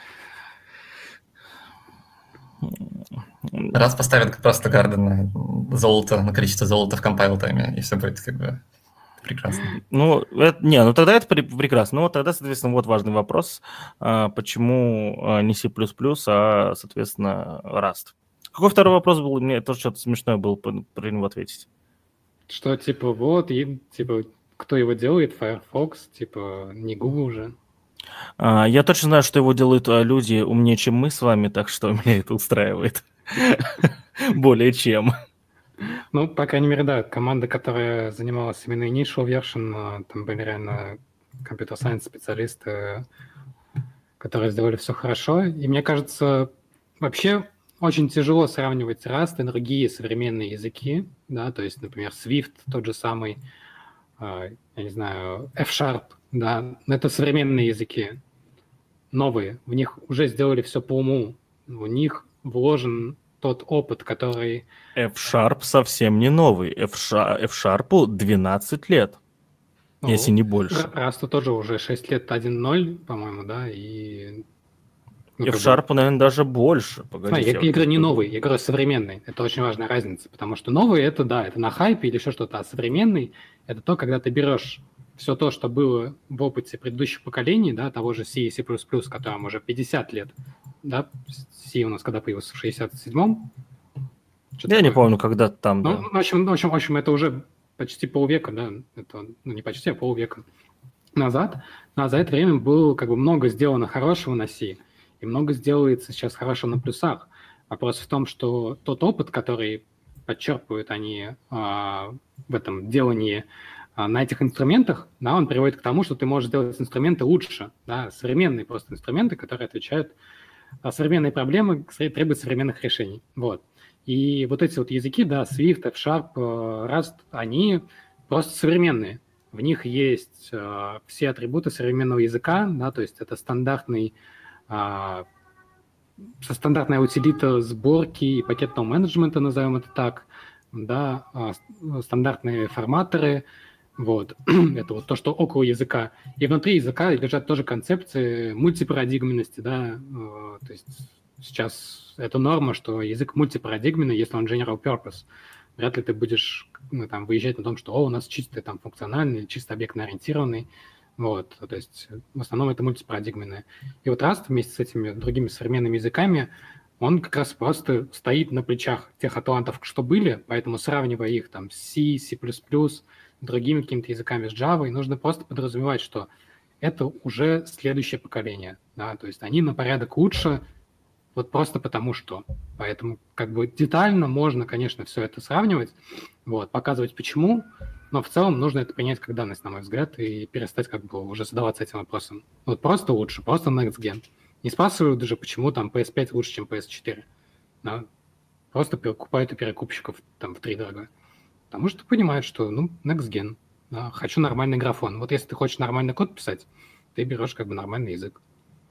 Раз поставят просто Гарден золото, на количество золота в компайл тайме, и все будет как бы прекрасно. Ну, это, не, ну тогда это при- прекрасно. Ну, вот тогда, соответственно, вот важный вопрос. а, почему а, не C++, а, соответственно, Rust? Какой второй вопрос был? Мне тоже что-то смешное было по- про него ответить. Что, типа, вот, и, типа, кто его делает, Firefox, типа, не Google уже. А, я точно знаю, что его делают а, люди умнее, чем мы с вами, так что меня это устраивает. Более чем. Ну, по крайней мере, да, команда, которая занималась именно initial version, а, там были реально компьютер-сайенс специалисты, которые сделали все хорошо. И мне кажется, вообще очень тяжело сравнивать Rust и другие современные языки, да, то есть, например, Swift, тот же самый, а, я не знаю, F-Sharp, да, но это современные языки, новые, в них уже сделали все по уму, у них вложен тот опыт, который... F-Sharp совсем не новый. F-Sharp, F-Sharp двенадцать лет, ну, если не больше. Rust тоже уже шесть лет один ноль, по-моему, да, и... ну, как бы- F-Sharp, наверное, даже больше. Смотри, Погодите, я, я я вот говорю не тут- новый, я говорю современный. Это очень важная разница, потому что новый это да, это на хайпе или еще что-то, а современный это то, когда ты берешь все то, что было в опыте предыдущих поколений, да, того же C и C++, которым уже пятьдесят лет, да, C у нас когда появился в шестьдесят седьмом. Что-то Я не такое. помню, когда там, Ну, да. в общем, в общем, в общем, это уже почти полвека, да, это, ну, не почти, а полвека назад. Но за это время было как бы много сделано хорошего на C, и много сделается сейчас хорошего на плюсах. Вопрос в том, что тот опыт, который подчерпывают они а, в этом делании а, на этих инструментах, да, он приводит к тому, что ты можешь сделать инструменты лучше, да, современные просто инструменты, которые отвечают на современные проблемы, требуют современных решений. Вот. И вот эти вот языки, да, Swift, F-Sharp, Rust, они просто современные. В них есть э, все атрибуты современного языка, да, то есть это стандартный, э, стандартная утилита сборки и пакетного менеджмента, назовем это так, да, э, стандартные форматоры, вот, это вот то, что около языка. И внутри языка лежат тоже концепции мультипарадигменности, да, э, то есть сейчас это норма, что язык мультипарадигменный, если он general purpose. Вряд ли ты будешь ну, там, выезжать на том, что о, у нас чисто там, функциональный, чисто объектно-ориентированный. Вот, то есть в основном это мультипарадигменное. И вот Rust вместе с этими другими современными языками, он как раз просто стоит на плечах тех атлантов, что были, поэтому сравнивая их там с C, C++, с другими какими-то языками, с Java, нужно просто подразумевать, что это уже следующее поколение. Да? То есть они на порядок лучше, вот просто потому что. Поэтому как бы детально можно, конечно, все это сравнивать, вот, показывать почему, но в целом нужно это принять как данность, на мой взгляд, и перестать как бы уже задаваться этим вопросом. Вот просто лучше, просто next gen. Не спрашивают даже, почему там пи эс пять лучше, чем пи эс четыре. Да? Просто покупают у перекупщиков там втридорога. Потому что понимают, что, ну, next gen. Да? Хочу нормальный графон. Вот если ты хочешь нормальный код писать, ты берешь как бы нормальный язык.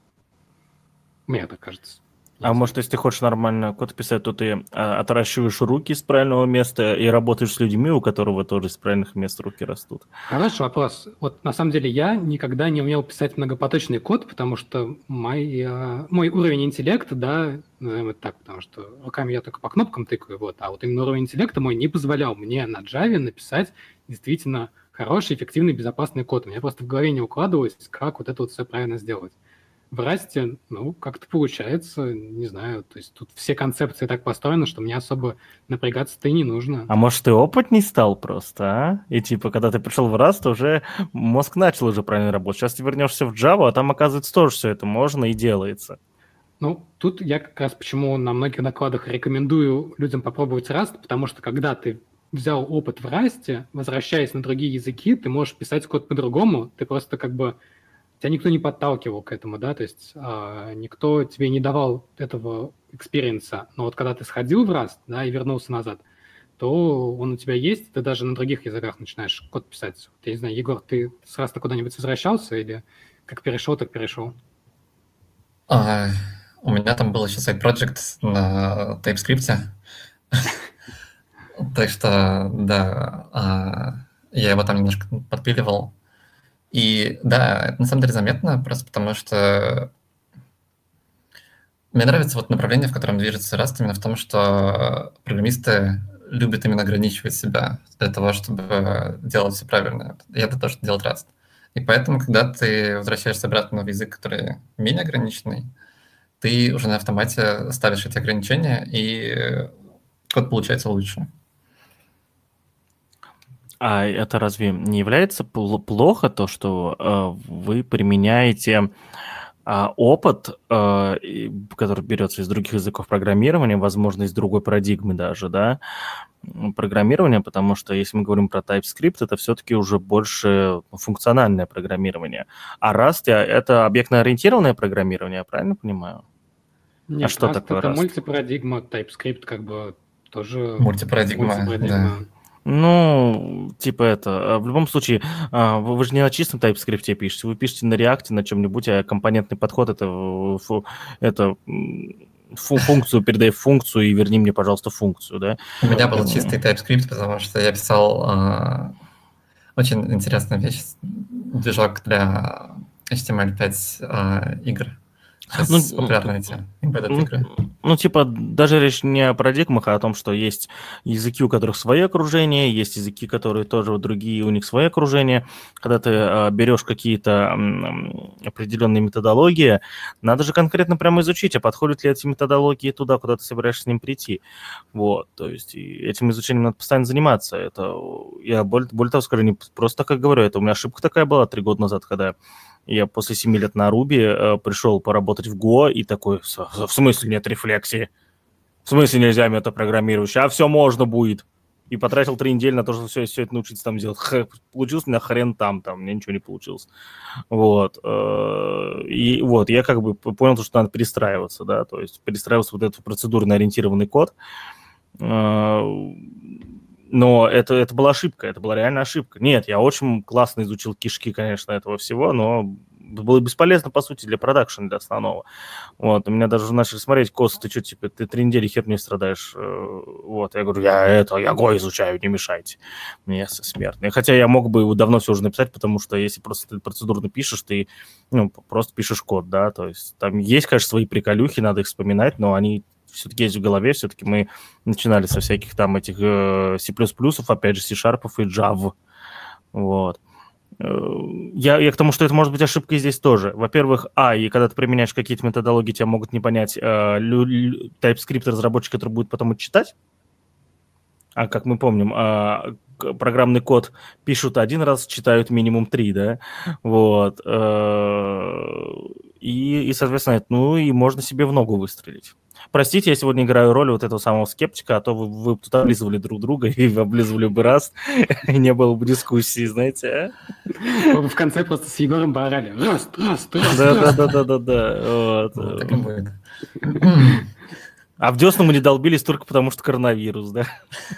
Мне так кажется. А может, если ты хочешь нормально код писать, то ты а, отращиваешь руки с правильного места и работаешь с людьми, у которого тоже с правильных мест руки растут. Хороший вопрос. Вот на самом деле я никогда не умел писать многопоточный код, потому что мой, э, мой уровень интеллекта, да, назовем это так, потому что руками я только по кнопкам тыкаю, вот, а вот именно уровень интеллекта мой не позволял мне на Java написать действительно хороший, эффективный, безопасный код. У меня просто в голове не укладывалось, как вот это вот все правильно сделать. В Расте, ну, как-то получается, не знаю, то есть тут все концепции так построены, что мне особо напрягаться-то и не нужно. А может, ты опытней стал просто, а? И типа, когда ты пришел в Rust, уже мозг начал уже правильно работать. Сейчас ты вернешься в Java, а там, оказывается, тоже все это можно и делается. Ну, тут я как раз почему на многих докладах рекомендую людям попробовать Rust, потому что когда ты взял опыт в Rust, возвращаясь на другие языки, ты можешь писать код по-другому, ты просто как бы тебя никто не подталкивал к этому, да, то есть а, никто тебе не давал этого экспириенса, но вот когда ты сходил в Rust, да, и вернулся назад, то он у тебя есть, ты даже на других языках начинаешь код писать. Вот, я не знаю, Егор, ты с Rust куда-нибудь возвращался или как перешел, так перешел? А, у меня там был еще сайт-проект на TypeScript. Так что, да, а, я его там немножко подпиливал. И да, это на самом деле заметно, просто потому что мне нравится вот направление, в котором движется Rust, именно в том, что программисты любят именно ограничивать себя для того, чтобы делать все правильно. И это то, что делает Rust. И поэтому, когда ты возвращаешься обратно в язык, который менее ограниченный, ты уже на автомате ставишь эти ограничения, и код получается лучше. А это разве не является пл- плохо то, что э, вы применяете э, опыт, э, и- который берется из других языков программирования, возможно, из другой парадигмы даже, да, м, программирования, потому что если мы говорим про TypeScript, это все-таки уже больше функциональное программирование. А Rust — э, это объектно-ориентированное программирование, я правильно понимаю? Нет, А что Rust такое это Rust? мультипарадигма, TypeScript как бы тоже Мультипарадигма, да. мультипарадигма. Ну, типа это, а, в любом случае, а, вы, вы же не на чистом TypeScript пишете, вы пишете на React, на чем-нибудь, а компонентный подход это, в- фу- это м, фу- функцию, передай функцию и верни мне, пожалуйста, функцию, да? У меня был М, чистый TypeScript, потому что я писал а, очень интересная вещь, движок для эйч ти эм эль пять а, игр. Ну, Сейчас ну, популярны эти embedded ну, игры. ну, типа, даже речь не о парадигмах, а о том, что есть языки, у которых свои окружения, есть языки, которые тоже вот другие, у них свои окружения. Когда ты а, берешь какие-то м, определенные методологии, надо же конкретно прямо изучить, а подходят ли эти методологии туда, куда ты собираешься с ним прийти. Вот, то есть и этим изучением надо постоянно заниматься. Это я более, более того скажу, не просто так говорю, это у меня ошибка такая была три года назад, когда я после семи лет на Руби э, пришел поработать в Go и такой, в в смысле нет рефлексии? В смысле нельзя метапрограммировать? А все можно будет. И потратил три недели на то, чтобы все, все это научиться там делать. Х, получилось у меня хрен там, там, мне ничего не получилось. Вот. э, И вот, я как бы понял, что надо перестраиваться, да, то есть перестраиваться вот этот процедурно ориентированный код. Э, Но это, это была ошибка, это была реально ошибка. Нет, я очень классно изучил кишки, конечно, этого всего, но было бесполезно, по сути, для продакшена, для основного. Вот, у меня даже начали смотреть, Кос, ты что, типа, ты три недели херней страдаешь. Э, Вот, я говорю, я это, я Го изучаю, не мешайте. Мне смертный. Хотя я мог бы его давно все уже написать, потому что если просто ты процедурно пишешь, ты, ну, просто пишешь код, да, то есть там есть, конечно, свои приколюхи, надо их вспоминать, но они все-таки есть в голове, все-таки мы начинали со всяких там этих э, C++, опять же, C-Sharp и Java. Вот. Э, Я, я к тому, что это может быть ошибкой здесь тоже. Во-первых, а, и когда ты применяешь какие-то методологии, тебя могут не понять э, лю- лю- TypeScript-разработчик, который будет потом это читать. А как мы помним, а, к- программный код пишут один раз, читают минимум три, да? Вот. э, И, и, соответственно, это, ну, и можно себе в ногу выстрелить. Простите, я сегодня играю роль вот этого самого скептика, а то вы, вы тут облизывали друг друга и вы облизывали бы раз, и не было бы дискуссии, знаете, а? Вы в конце просто с Егором поорали. Раз, раз, раз, Да, да, раз. да, да, да, да. Вот. Вот так и будет. А в десну мы не долбились только потому, что коронавирус, да?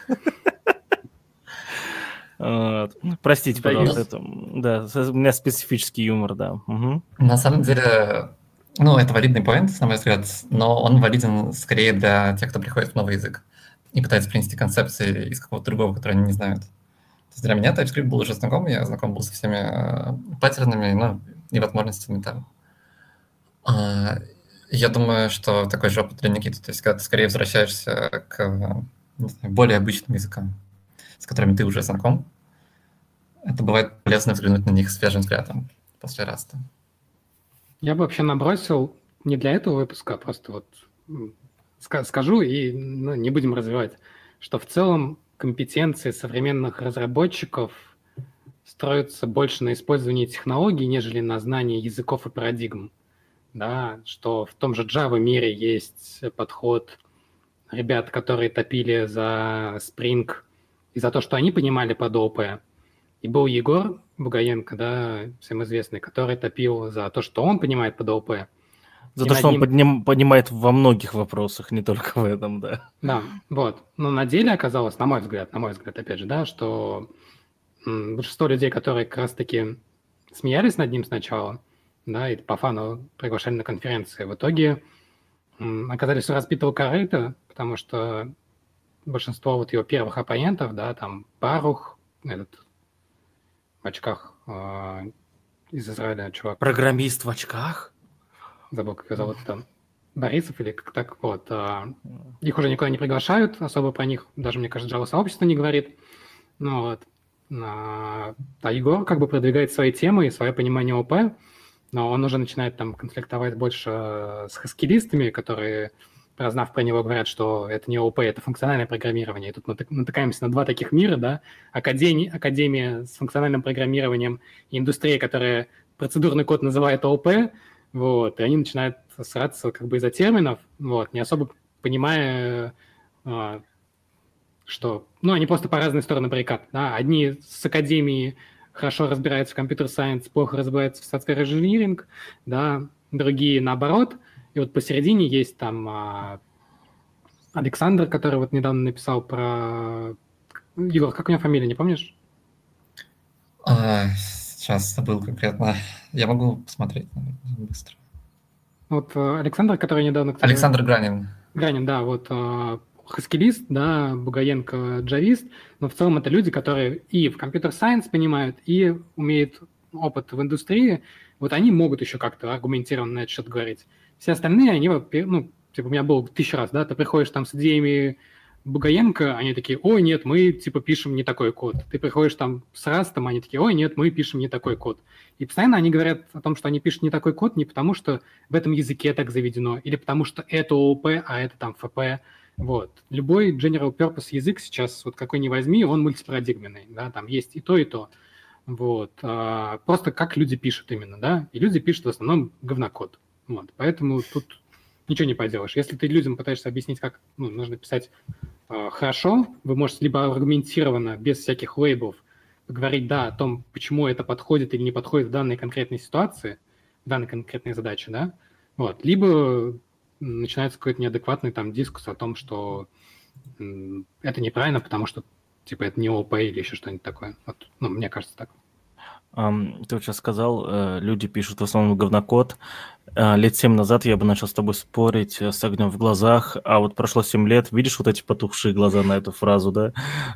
Вот. Простите, Сдаюсь. пожалуйста, это, м, да, с- у меня специфический юмор, да. Мгм. На самом деле, ну, это валидный поинт, на мой взгляд, но он валиден скорее для тех, кто приходит в новый язык и пытается принести концепции из какого-то другого, который они не знают. То есть для меня TypeScript был уже знаком, я знаком был со всеми э, паттернами, ну, и возможностями там. А, Я думаю, что такой же опыт для Никиты, то есть когда ты скорее возвращаешься к не знаю, более обычным языкам, с которыми ты уже знаком, это бывает полезно взглянуть на них свежим взглядом после раста. Я бы вообще набросил не для этого выпуска, а просто вот м, ска- скажу и ну, не будем развивать, что в целом компетенции современных разработчиков строятся больше на использовании технологий, нежели на знании языков и парадигм. Да, что в том же Java мире есть подход ребят, которые топили за Spring и за то, что они понимали под ОП. И был Егор, Бугаенко, да, всем известный, который топил за то, что он понимает под ООП. За И то, над что он ним- подним- понимает во многих вопросах, не только в этом, да. Да, вот. Но на деле оказалось, на мой взгляд, на мой взгляд, опять же, да, что м, большинство людей, которые как раз-таки смеялись над ним сначала, да, и по фану приглашали на конференции, в итоге м, оказались у разбитого корыта, потому что большинство вот его первых оппонентов, да, там Барух, этот в очках а, из Израиля чувак, Программист в очках? забыл, как его зовут там, Борисов или как так вот. а, Их уже никуда не приглашают, особо про них даже, мне кажется, Java-сообщество не говорит. Ну вот. А а Егор как бы продвигает свои темы и свое понимание ОП, но он уже начинает там конфликтовать больше с хаскилистами, которые, прознав про него, говорят, что это не ОП, это функциональное программирование. И тут натык- натыкаемся на два таких мира, да, Академия, академия с функциональным программированием и индустрия, которая процедурный код называет ОП, вот, и они начинают сраться как бы из-за терминов, вот, не особо понимая, а, что, ну, они просто по разные стороны баррикад, да, одни с академии хорошо разбираются в компьютер-сайенс, плохо разбираются в software engineering, да, другие наоборот, и вот посередине есть там а, Александр, который вот недавно написал про... Егор, как у него фамилия, не помнишь? А, сейчас забыл конкретно. Я могу посмотреть, наверное, быстро. Вот э, Александр, который недавно... кстати, Александр Гранин. Гранин, да, вот э, хаскилист, да, Бугаенко джавист, но в целом это люди, которые и в компьютер-сайенс понимают, и умеют опыт в индустрии, вот они могут еще как-то аргументированно на этот счет говорить. Все остальные, они, вот, пе- ну, типа, у меня было тысячу раз, да, ты приходишь там с идеями Бугаенко, они такие, ой, нет, мы, типа, пишем не такой код. Ты приходишь там с Растом, они такие, ой, нет, мы пишем не такой код. И постоянно они говорят о том, что они пишут не такой код не потому, что в этом языке так заведено, или потому что это ООП, а это там ФП. Вот. Любой general purpose язык сейчас, вот какой ни возьми, он мультипарадигменный, да, там есть и то, и то. Вот. А, просто как люди пишут именно, да, и люди пишут в основном говнокод. Вот. Поэтому тут ничего не поделаешь. Если ты людям пытаешься объяснить, как ну, нужно писать э, хорошо, вы можете либо аргументированно, без всяких лейблов, поговорить, да, о том, почему это подходит или не подходит в данной конкретной ситуации, в данной конкретной задаче, да, вот, либо начинается какой-то неадекватный там дискус о том, что м, это неправильно, потому что, типа, это не ООП или еще что-нибудь такое. Вот, ну, мне кажется так. Ам, Ты вот сейчас сказал, э, люди пишут в основном говнокод. Э, Лет семь назад я бы начал с тобой спорить э, с огнем в глазах, а вот прошло семь лет, видишь вот эти потухшие глаза на эту фразу, да?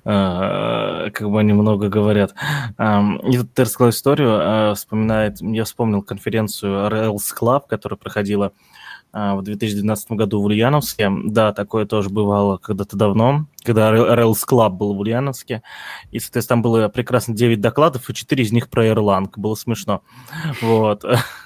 Э, Как бы они много говорят. Ам, И тут ты рассказал историю, э, вспоминает, я вспомнил конференцию Rails Club, которая проходила а, в две тысячи двенадцатом году в Ульяновске. Да, такое тоже бывало когда-то давно, когда Rails Club был в Ульяновске. И, соответственно, там было прекрасно девять докладов, и четыре из них про Erlang. Было смешно. Вот.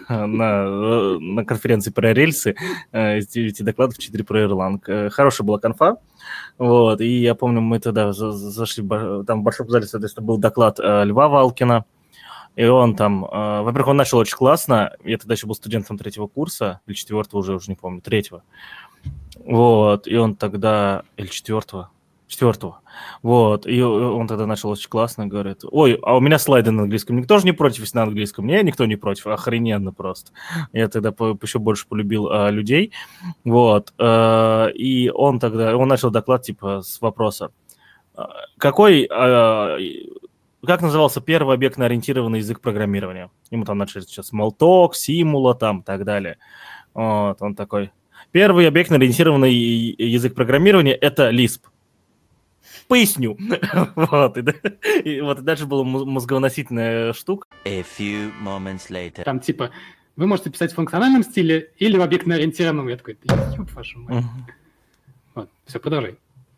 На, на конференции про рельсы э, из девяти докладов четыре про Erlang. Э, Хорошая была конфа. Вот. И я помню, мы тогда за- за- зашли, в ба- там в большом зале, соответственно, был доклад э, Льва Валкина. И он там, э, во-первых, он начал очень классно. Я тогда еще был студентом третьего курса, или четвертого уже, уже не помню, третьего. Вот, и он тогда, или четвертого, четвертого. Вот, и он тогда начал очень классно, говорит, ой, а у меня слайды на английском, никто же не против, если на английском. Не, никто не против, охрененно просто. Я тогда по- еще больше полюбил а, людей. Вот, э, и он тогда, он начал доклад типа с вопроса, а, какой... а, как назывался первый объектно-ориентированный язык программирования? Ему там начали сейчас Smalltalk, Simula, там, и так далее. Вот, он такой. Первый объектно-ориентированный язык программирования – это Lisp. Поясню. Вот, и, и вот и дальше была мозговыносительная штука. A few moments later. Там типа, вы можете писать в функциональном стиле или в объектно-ориентированном. Я такой, ёб вашу мать. Вот, все, продолжай.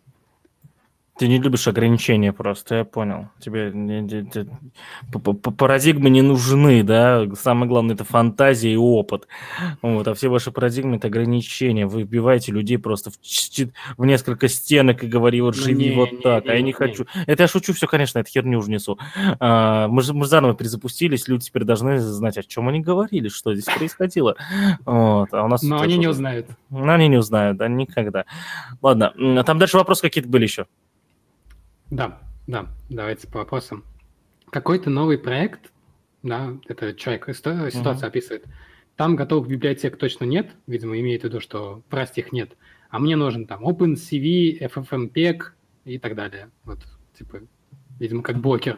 Ты не любишь ограничения просто, я понял. Тебе не- не- не- п- п- парадигмы не нужны, да? Самое главное – это фантазия и опыт. Вот, а все ваши парадигмы – это ограничения. Вы вбиваете людей просто в, ч- в несколько стенок и говори, вот Ну, живи не, вот не, так, не, а я не, не не. хочу. Это я шучу, все, конечно, это херню уже несу. А, мы, же, мы заново перезапустились, люди теперь должны знать, о чем они говорили, что здесь происходило. Вот, а у нас Но тут они это не вот- узнают. Ну, они не узнают, да, никогда. Ладно, м, там дальше вопросы какие-то были еще. Да, да, давайте по вопросам. какой-то новый проект, да, это человек ситуацию uh-huh. описывает, там готовых библиотек точно нет, видимо, имеет в виду, что в Rust их нет, а мне нужен там OpenCV, эф эф эм пег и так далее. Вот, типа, видимо, как блокер.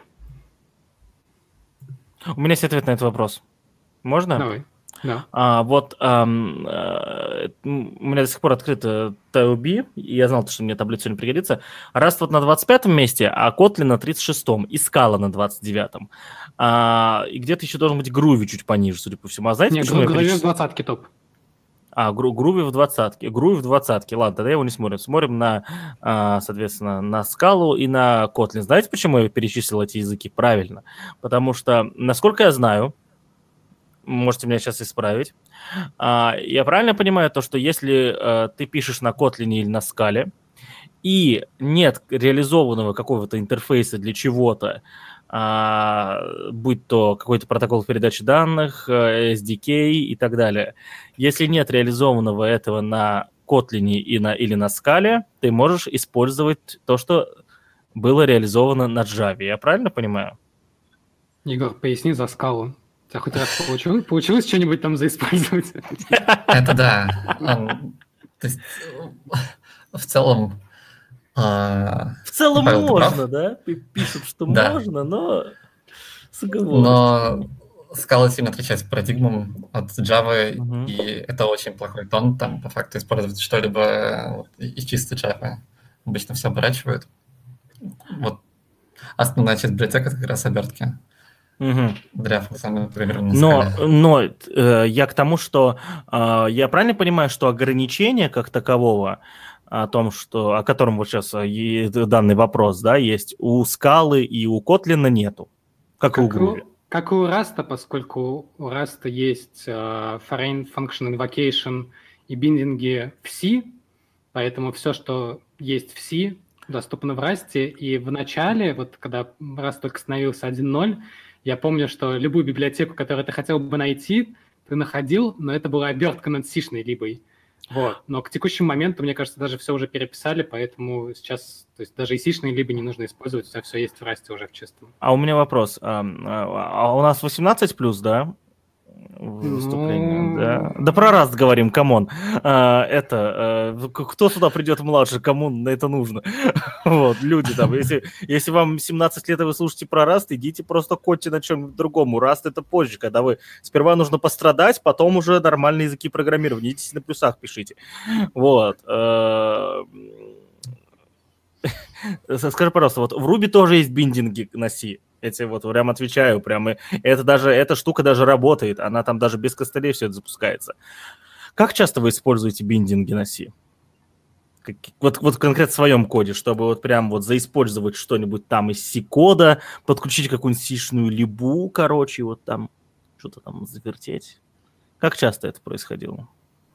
У меня есть ответ на этот вопрос. Можно? Давай. Да. А, вот эм, э, у меня до сих пор открыто ти о би, и я знал, что мне таблица не пригодится. Rust вот на двадцать пятом месте, а Kotlin на тридцать шестом, и Scala на двадцать девятом. А, и где-то еще должен быть Groovy чуть пониже, судя по всему. А знаете, Нет, почему я Groovy перечислил? в двадцатке топ. А, Groovy в двадцатке. Groovy в двадцатке. Ладно, тогда его не смотрим. Смотрим на, а, соответственно, на Scala и на Kotlin. Знаете, почему я перечислил эти языки? Правильно. Потому что, насколько я знаю, можете меня сейчас исправить, а, я правильно понимаю то, что если а, ты пишешь на Kotlin или на Scala, и нет реализованного какого-то интерфейса для чего-то, а, будь то какой-то протокол передачи данных, эс ди кей и так далее, если нет реализованного этого на Kotlin и на, или на Scala, ты можешь использовать то, что было реализовано на Java. Я правильно понимаю? Егор, поясни за Scala. У тебя хоть раз получилось, получилось что-нибудь там заиспользовать? Это да. Он, то есть, в целом... А, в целом Павел, можно, да? Пишут, что да. можно, но с оговорочкой. Но Scala сильно отличается парадигмом от Java, uh-huh. и это очень плохой тон, там по факту использовать что-либо вот, из чистой Java. Обычно все оборачивают. Вот основная часть библиотек — это как раз обертки. Угу. Для функционального программирования. Но, но э, я к тому, что э, я правильно понимаю, что ограничения как такового, о том, что, о котором вот сейчас э, данный вопрос, да, есть у Scala и у Kotlin нету, как, как и у Groovy. Как и у Rust, поскольку у Rust есть э, foreign function invocation и биндинги в C, поэтому все, что есть в C, доступно в Rust, и в начале, вот когда Rust только становился один ноль, я помню, что любую библиотеку, которую ты хотел бы найти, ты находил, но это была обертка над C-шной либой. Вот. Но к текущему моменту, мне кажется, даже все уже переписали, поэтому сейчас, то есть даже и C-шные либо не нужно использовать, у тебя все есть в Rust уже в чистом. А у меня вопрос. А, а у нас восемнадцать плюс, да? Выступление, ну... да. Да про Rust говорим, камон. А, это, а, кто сюда придет младше, кому это нужно? Вот, люди там, если, если вам семнадцать лет и вы слушаете про Rust, идите просто кодьте на чем-нибудь другому. Rust это позже, когда вы сперва нужно пострадать, потом уже нормальные языки программирования. Идите на плюсах пишите. Вот. Скажи, пожалуйста, вот в Ruby тоже есть биндинги на C. Эти вот прям отвечаю, прям и это даже эта штука даже работает, она там даже без костылей все это запускается. Как часто вы используете биндинги на C? Как, вот, вот конкретно в своем коде, чтобы вот прям вот заиспользовать что-нибудь там из C-кода, подключить какую-нибудь C-шную либу, короче, вот там что-то там завертеть. Как часто это происходило?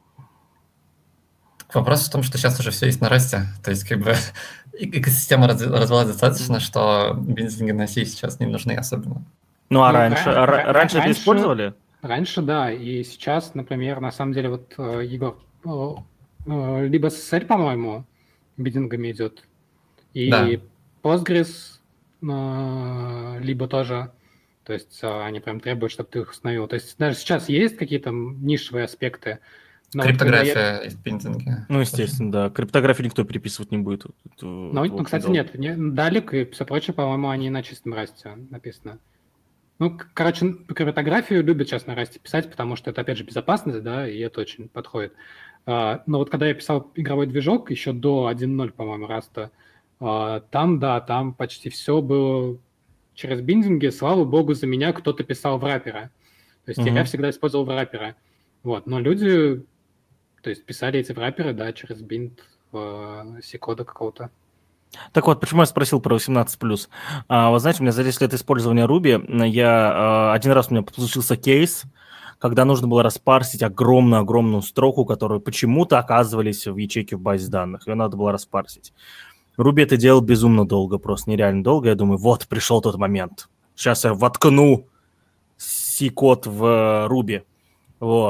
Вопрос в том, что сейчас уже все есть на Rust, то есть как бы экосистема развилась достаточно, что биндинги на C сейчас не нужны особенно. Ну а ну, раньше, ра- ра- ра- раньше это раньше, использовали? Раньше, да, и сейчас, например, на самом деле, вот Егор, либо эс эс эль, по-моему, биндингами идет, и да. Postgres, либо тоже, то есть они прям требуют, чтобы ты их установил. То есть даже сейчас есть какие-то нишевые аспекты. Но криптография вот, есть биндинги. Ну, естественно, да. Криптографию никто переписывать не будет. Ну, ну кстати, нет. Далек и все прочее, по-моему, они на чистом расте написано. Ну, короче, криптографию любят сейчас на расте писать, потому что это, опять же, безопасность, да, и это очень подходит. Но вот когда я писал игровой движок, еще до один ноль, по-моему, раста, там, да, там почти все было через биндинги. Слава богу, за меня кто-то писал в раппера. То есть uh-huh. я всегда использовал в раппера. Вот, но люди... То есть писали эти врапперы, да, через бинд в C-кода какого-то. Так вот, почему я спросил про восемнадцать плюс? А, вы знаете, у меня за десять лет использования Ruby, я, а, один раз у меня получился кейс, когда нужно было распарсить огромную-огромную строку, которую почему-то оказывались в ячейке в базе данных, ее надо было распарсить. Ruby это делал безумно долго, просто нереально долго. Я думаю, вот, пришел тот момент. Сейчас я воткну C-код в Ruby. Вот.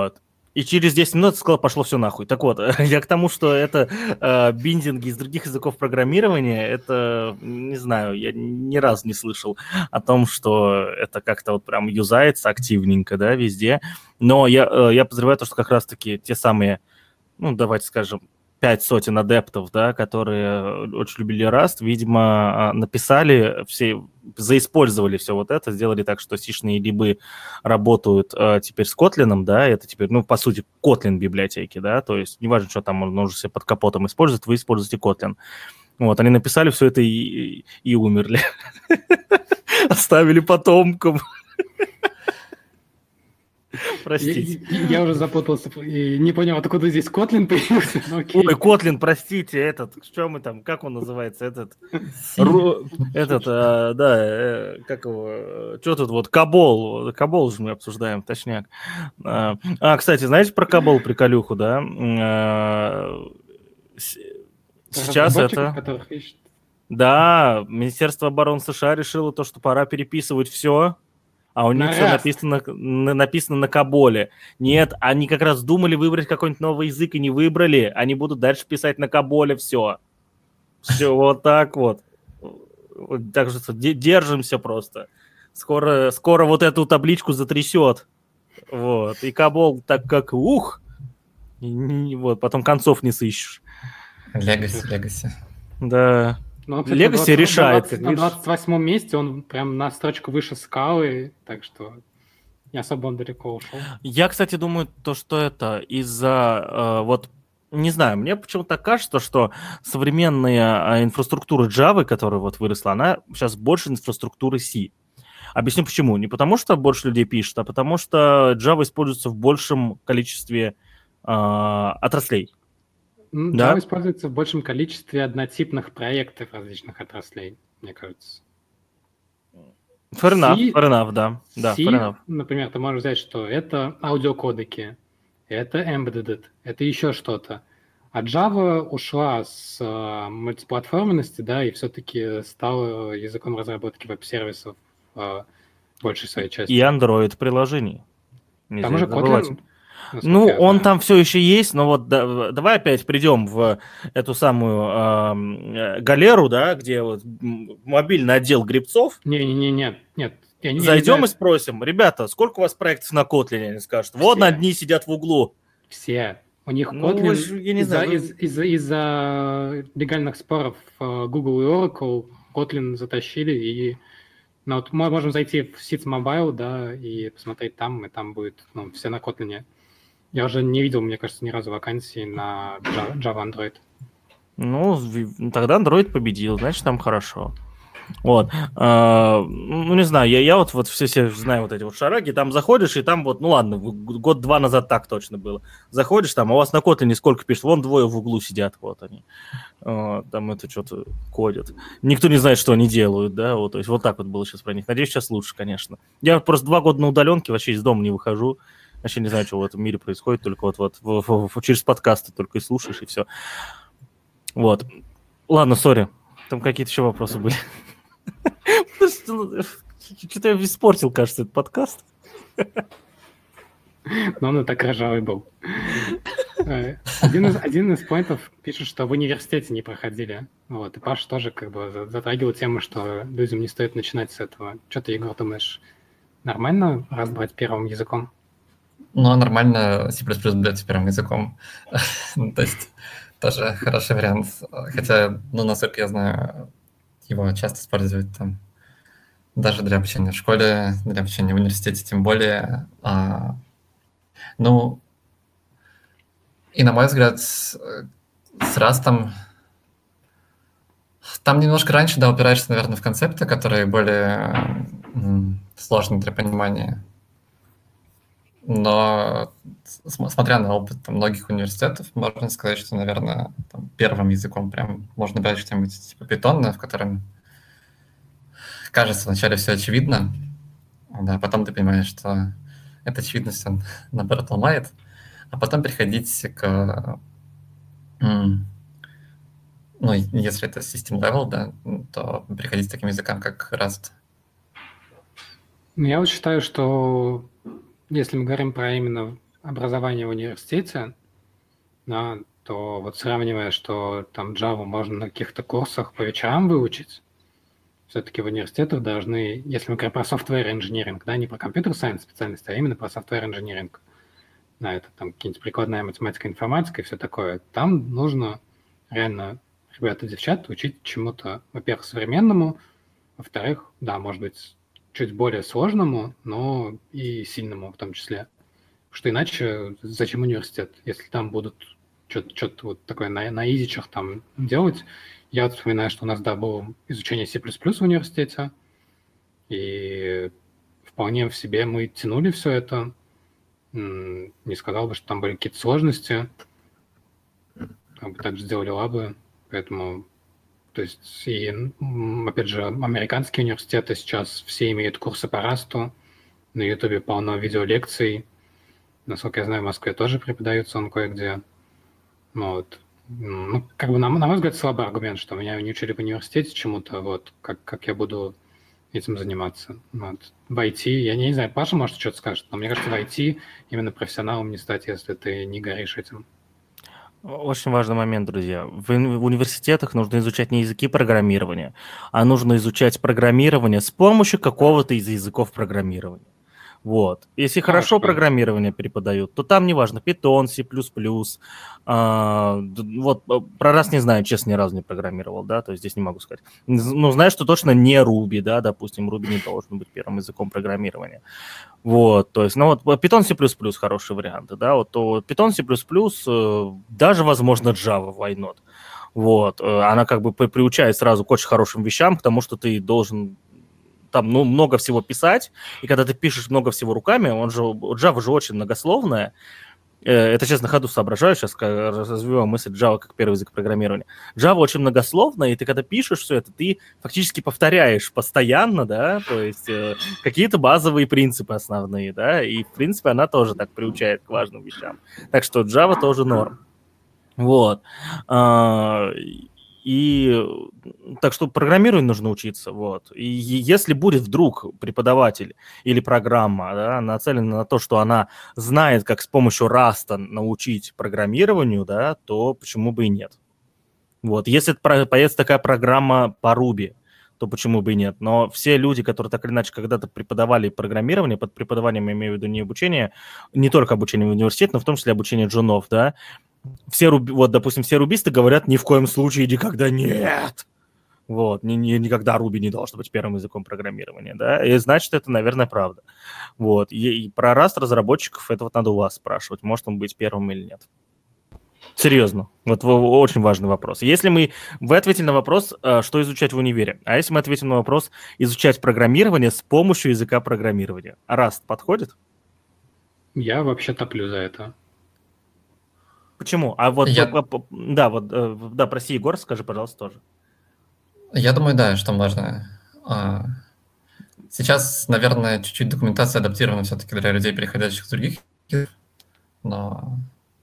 И через десять минут сказал, пошло все нахуй. Так вот, я к тому, что это э, биндинги из других языков программирования, это, не знаю, я ни разу не слышал о том, что это как-то вот прям юзается активненько, да, везде. Но я, э, я подозреваю то, что как раз-таки те самые, ну, давайте скажем, пять сотен адептов, да, которые очень любили Rust, видимо, написали все, заиспользовали все вот это, сделали так, что сишные либы работают э, теперь с Kotlin, да, это теперь, ну, по сути, Kotlin библиотеки, да, то есть неважно, что там он уже себе под капотом использует, вы используете Kotlin. Вот, они написали все это и, и, и умерли. Оставили потомкам. Простите. Я, я уже запутался и не понял, откуда здесь Kotlin появился. Ну, окей. Ой, Kotlin, простите, этот, что мы там, как он называется, этот, Ру, этот, а, да, э, как его, что тут вот, Кабол, Кабол же мы обсуждаем, точняк. А, а, кстати, знаете про Кабол, приколюху, да? А, сейчас это... Да, Министерство обороны США решило то, что пора переписывать все. А у них на все написано, на, написано на Каболе. Нет, они как раз думали выбрать какой-нибудь новый язык и не выбрали. Они будут дальше писать на Каболе все. Все вот так вот. Так что держимся просто. Скоро, скоро вот эту табличку затрясет. Вот. И Кабол так как ух. И, вот, потом концов не сыщешь. Легаси, легаси. Да. Легаси решает. На двадцать восьмом месте он прям на строчку выше скалы, так что не особо он далеко ушел. Я, кстати, думаю, то, что это из-за, э, вот, не знаю, мне почему-то кажется, что современная инфраструктура Java, которая вот выросла, она сейчас больше инфраструктуры C. Объясню почему. Не потому, что больше людей пишет, а потому что Java используется в большем количестве э, отраслей. Java да? используется в большем количестве однотипных проектов различных отраслей, мне кажется. Fair enough, C, fair enough, да. да C, fair enough. Например, ты можешь взять, что это аудиокодеки, это embedded, это еще что-то. А Java ушла с uh, мультиплатформенности, да, и все-таки стала языком разработки веб-сервисов uh, большей своей части. И Android-приложений. Там уже Kotlin... Ну, он там все еще есть, но вот да, давай опять придем в эту самую э, галеру, да, где вот мобильный отдел гребцов. Не-не-не, нет, нет. Я, Зайдем я и спросим, ребята, сколько у вас проектов на Kotlin, они скажут. Вот на одни сидят в углу. Все. У них Kotlin ну, же, я не из-за, знаю, из, из-за, из-за легальных споров Google и Oracle Kotlin затащили, и ну, вот мы можем зайти в Seeds Mobile, да, и посмотреть там, и там будет, ну, все на Kotlin. Я уже не видел, мне кажется, ни разу вакансий на Java, Java Android. Ну, тогда Android победил, значит, там хорошо. Вот. А, ну, не знаю, я, я вот, вот все, все знаю вот эти вот шараги, там заходишь, и там вот, ну ладно, год-два назад так точно было. Заходишь там, а у вас на Kotlin сколько пишет? Вон двое в углу сидят, вот они. Вот, там это что-то кодят. Никто не знает, что они делают, да, вот, то есть вот так вот было сейчас про них. Надеюсь, сейчас лучше, конечно. Я просто два года на удаленке, вообще из дома не выхожу. Вообще не знаю, что в этом мире происходит, только вот, вот в, в, в, через подкасты только и слушаешь, и все. Вот. Ладно, сори. Там какие-то еще вопросы были. Что-то я испортил, кажется, этот подкаст. Но он и так ржавый был. Один из, один из поинтов пишет, что в университете не проходили. Вот. И Паша тоже как бы затрагивал тему, что людям не стоит начинать с этого. Что ты, Егор, думаешь, нормально раз брать первым языком? Ну, нормально C++ брать первым языком. То есть тоже хороший вариант. Хотя, ну, насколько я знаю, его часто используют там даже для обучения в школе, для обучения в университете тем более. А, ну, и на мой взгляд, с, с Rust'ом там немножко раньше, да, упираешься, наверное, в концепты, которые более м, сложны для понимания. Но, смотря на опыт там, многих университетов, можно сказать, что, наверное, там, первым языком прям можно брать что-нибудь типа Python, в котором кажется вначале все очевидно, да, потом ты понимаешь, что эта очевидность он, наоборот, ломает, а потом переходить к, ну, если это system level, да, то переходить к таким языкам, как Rust. Я вот считаю, что если мы говорим про именно образование в университете, да, то вот сравнивая, что там Java можно на каких-то курсах по вечерам выучить, все-таки в университетах должны, если мы говорим про software engineering, да, не про computer science специальность, а именно про software engineering, да, это там какие-нибудь прикладная математика, информатика и все такое, там нужно реально ребята, девчата учить чему-то, во-первых, современному, во-вторых, да, может быть, чуть более сложному, но и сильному в том числе. Потому что иначе зачем университет, если там будут что-то, что-то вот такое на, на изичах там делать. Я вот вспоминаю, что у нас, да, было изучение C++ в университете, и вполне в себе мы тянули все это. Не сказал бы, что там были какие-то сложности. Как бы также сделали лабы, поэтому... То есть, и, опять же, американские университеты сейчас все имеют курсы по расту, на Ютубе полно видеолекций. Насколько я знаю, в Москве тоже преподаются он кое-где. Вот. Ну, как бы, на, на мой взгляд, слабый аргумент, что меня не учили в университете чему-то, вот, как, как я буду этим заниматься. Вот. В ай ти, я не знаю, Паша, может, что-то скажет, но мне кажется, в ай ти именно профессионалом не стать, если ты не горишь этим. Очень важный момент, друзья. В, в университетах нужно изучать не языки программирования, а нужно изучать программирование с помощью какого-то из языков программирования. Вот. Если хорошо программирование преподают, то там неважно, Python, C++, а, вот про раз не знаю, честно, ни разу не программировал, да, то есть здесь не могу сказать. Ну, знаю, что точно не Ruby, да, допустим, Ruby не должен быть первым языком программирования. Вот, то есть, ну вот Python, C++ хорошие варианты, да, вот то Python, C++, даже, возможно, Java, why not? Вот, она как бы приучает сразу к очень хорошим вещам, к тому, что ты должен там, ну, много всего писать, и когда ты пишешь много всего руками, он же, Java же очень многословная, это сейчас на ходу соображаю, сейчас развиваю мысль Java как первый язык программирования. Java очень многословная, и ты когда пишешь все это, ты фактически повторяешь постоянно, да, то есть э, какие-то базовые принципы основные, да, и, в принципе, она тоже так приучает к важным вещам. Так что Java тоже норм. Вот. И так что программированию нужно учиться, вот. И если будет вдруг преподаватель или программа, да, нацелена на то, что она знает, как с помощью Rust научить программированию, да, то почему бы и нет. Вот. Если появится такая программа по Ruby, то почему бы и нет. Но все люди, которые так или иначе когда-то преподавали программирование, под преподаванием я имею в виду не обучение, не только обучение в университете, но в том числе обучение джунов, да, все, вот, допустим, все рубисты говорят, ни в коем случае никогда нет. Вот, ни, ни, никогда Ruby не должен быть первым языком программирования, да, и значит, это, наверное, правда. Вот, и, и про Rust разработчиков, это вот надо у вас спрашивать, может он быть первым или нет. Серьезно, вот очень важный вопрос. Если мы, вы ответили на вопрос, что изучать в универе, а если мы ответим на вопрос, изучать программирование с помощью языка программирования, Rust подходит? Я вообще топлю за это. Почему? А вот, Я... да, вот, да, прости, Егор, скажи, пожалуйста, тоже. Я думаю, да, что можно. Сейчас, наверное, чуть-чуть документация адаптирована все-таки для людей, переходящих с других языков, но,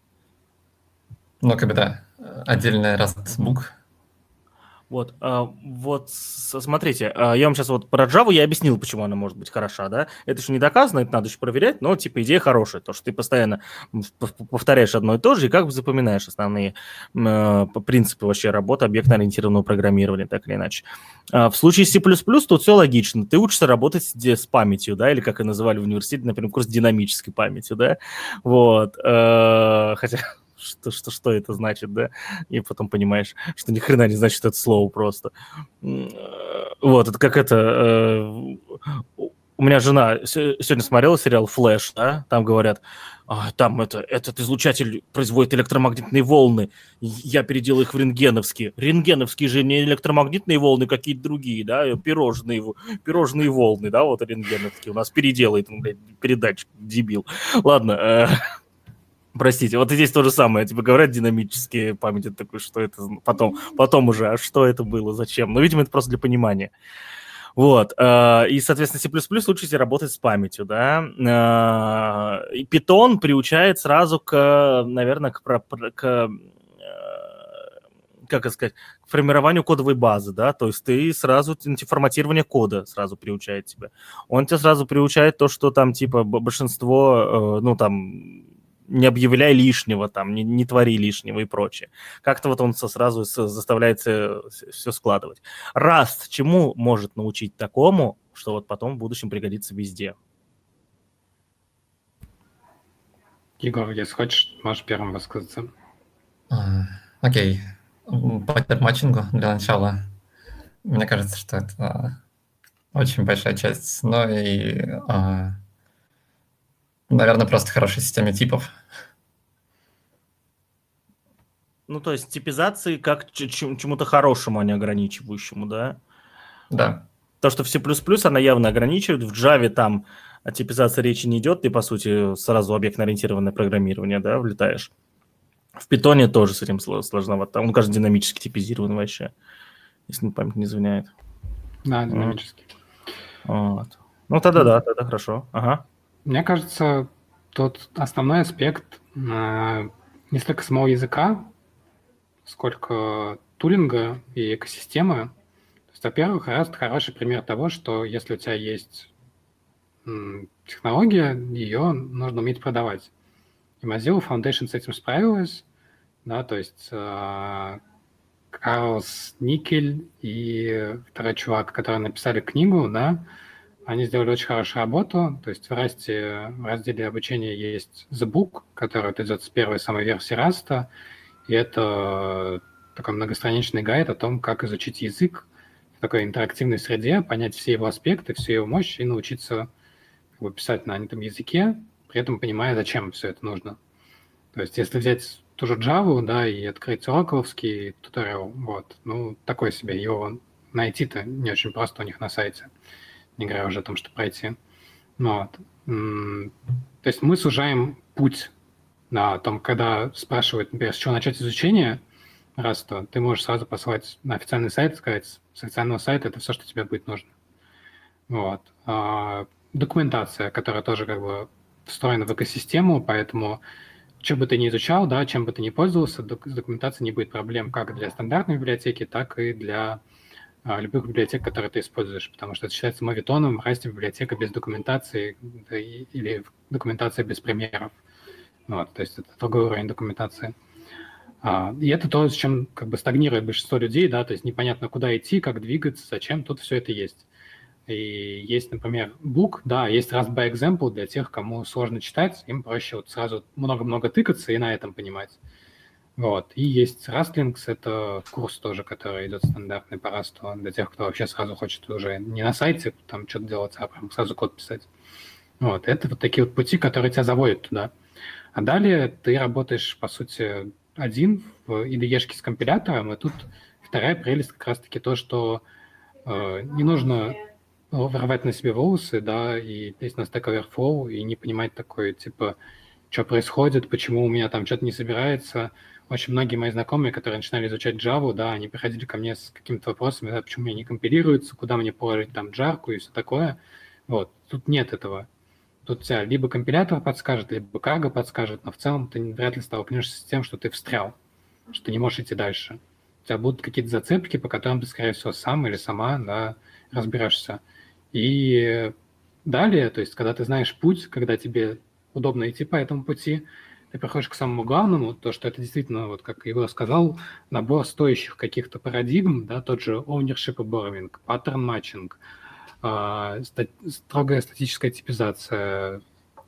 но как бы да, отдельный Rust-бук. Вот, а, вот, смотрите, я вам сейчас вот про Java я объяснил, почему она может быть хороша, да, это еще не доказано, это надо еще проверять, но, типа, идея хорошая, то, что ты постоянно повторяешь одно и то же, и как бы запоминаешь основные э, принципы вообще работы объектно-ориентированного программирования, так или иначе. А в случае с C++, тут все логично, ты учишься работать с памятью, да, или как и называли в университете, например, курс динамической памятью, да, вот, э, хотя... Что, что, что это значит, да? И потом понимаешь, что ни хрена не значит это слово просто. Вот, это как это... Э, у меня жена сегодня смотрела сериал «Флэш», да? Там говорят, а, там это, этот излучатель производит электромагнитные волны, я переделал их в рентгеновские. Рентгеновские же не электромагнитные волны, какие-то другие, да? Пирожные, пирожные волны, да, вот рентгеновские. У нас переделает, блядь, передатчик, дебил. Ладно, э, простите, вот и здесь то же самое. Типа говорят динамические памяти, такой, что это потом, потом уже, а что это было, зачем? Ну, видимо, это просто для понимания. Вот, и, соответственно, C++ учите работать с памятью, да. И Python приучает сразу к, наверное, к, к как это сказать, к формированию кодовой базы, да, то есть ты сразу, форматирование кода сразу приучает тебя. Он тебя сразу приучает то, что там, типа, большинство, ну, там, не объявляй лишнего, там, не, не твори лишнего и прочее. Как-то вот он сразу заставляет все складывать. Rust чему может научить такому, что вот потом в будущем пригодится везде? Егор, если хочешь, можешь первым высказаться. А, Окей. По матчингу для начала. Мне кажется, что это очень большая часть, но и, а, наверное, просто хорошей системе типов. Ну, то есть типизации как ч- ч- чему-то хорошему, а не ограничивающему, да? Да. То, что в C++ она явно ограничивает, в Java там о типизации речи не идет, ты, по сути, сразу объектно-ориентированное программирование, да, влетаешь. В Python тоже с этим сложновато. Он, кажется, динамически типизирован вообще, если память не изменяет. Да, динамически. Вот. Ну, тогда да, тогда хорошо. Ага. Мне кажется, тут основной аспект э, не столько самого языка, сколько тулинга и экосистемы. То есть, во-первых, Rust хороший пример того, что если у тебя есть м, технология, ее нужно уметь продавать. И Mozilla Foundation с этим справилась, да, то есть э, Карлс Никель и второй чувак, которые написали книгу, да, они сделали очень хорошую работу. То есть в Rust, в разделе обучения есть The Book, который идет с первой самой версии Rust, и это такой многостраничный гайд о том, как изучить язык в такой интерактивной среде, понять все его аспекты, всю его мощь и научиться как бы, писать на этом языке, при этом понимая, зачем все это нужно. То есть если взять ту же Java, да, и открыть Oracle-овский туториал, вот, ну, такой себе, его найти-то не очень просто у них на сайте, не говоря уже о том, что пройти. Вот. То есть мы сужаем путь на том, когда спрашивают, например, с чего начать изучение, раз то ты можешь сразу послать на официальный сайт, сказать, с официального сайта это все, что тебе будет нужно. Вот. А, документация, которая тоже как бы встроена в экосистему, поэтому что бы ты ни изучал, да, чем бы ты ни пользовался, с документацией не будет проблем как для стандартной библиотеки, так и для а, любых библиотек, которые ты используешь, потому что это считается мовитоном, Rust библиотека без документации да, или документация без примеров. Вот, то есть это другой уровень документации. А, и это то, с чем как бы стагнирует большинство людей, да, то есть непонятно, куда идти, как двигаться, зачем, тут все это есть. И есть, например, book, да, есть Rust by Example для тех, кому сложно читать, им проще вот сразу много-много тыкаться и на этом понимать. Вот. И есть Rustlinks, это курс тоже, который идет стандартный по Rust, для тех, кто вообще сразу хочет уже не на сайте там что-то делать, а прям сразу код писать. Вот. Это вот такие вот пути, которые тебя заводят туда. А далее ты работаешь, по сути, один в ай ди и-шке с компилятором, и тут вторая прелесть как раз-таки то, что э, не нужно рвать на себе волосы, да, и лезть на Stack Overflow, и не понимать такое, типа, что происходит, почему у меня там что-то не собирается. Очень многие мои знакомые, которые начинали изучать Java, да, они приходили ко мне с какими-то вопросами, да, почему у меня не компилируется, куда мне положить там джарку и все такое. Вот, тут нет этого. Тут тебя либо компилятор подскажет, либо Cargo подскажет, но в целом ты вряд ли столкнешься с тем, что ты встрял, что ты не можешь идти дальше. У тебя будут какие-то зацепки, по которым ты, скорее всего, сам или сама, да, разберешься. И далее, то есть, когда ты знаешь путь, когда тебе удобно идти по этому пути, ты приходишь к самому главному, то, что это действительно, вот как Егор сказал, набор стоящих каких-то парадигм, да, тот же ownership и borrowing, pattern matching, Uh, стат- строгая статическая типизация,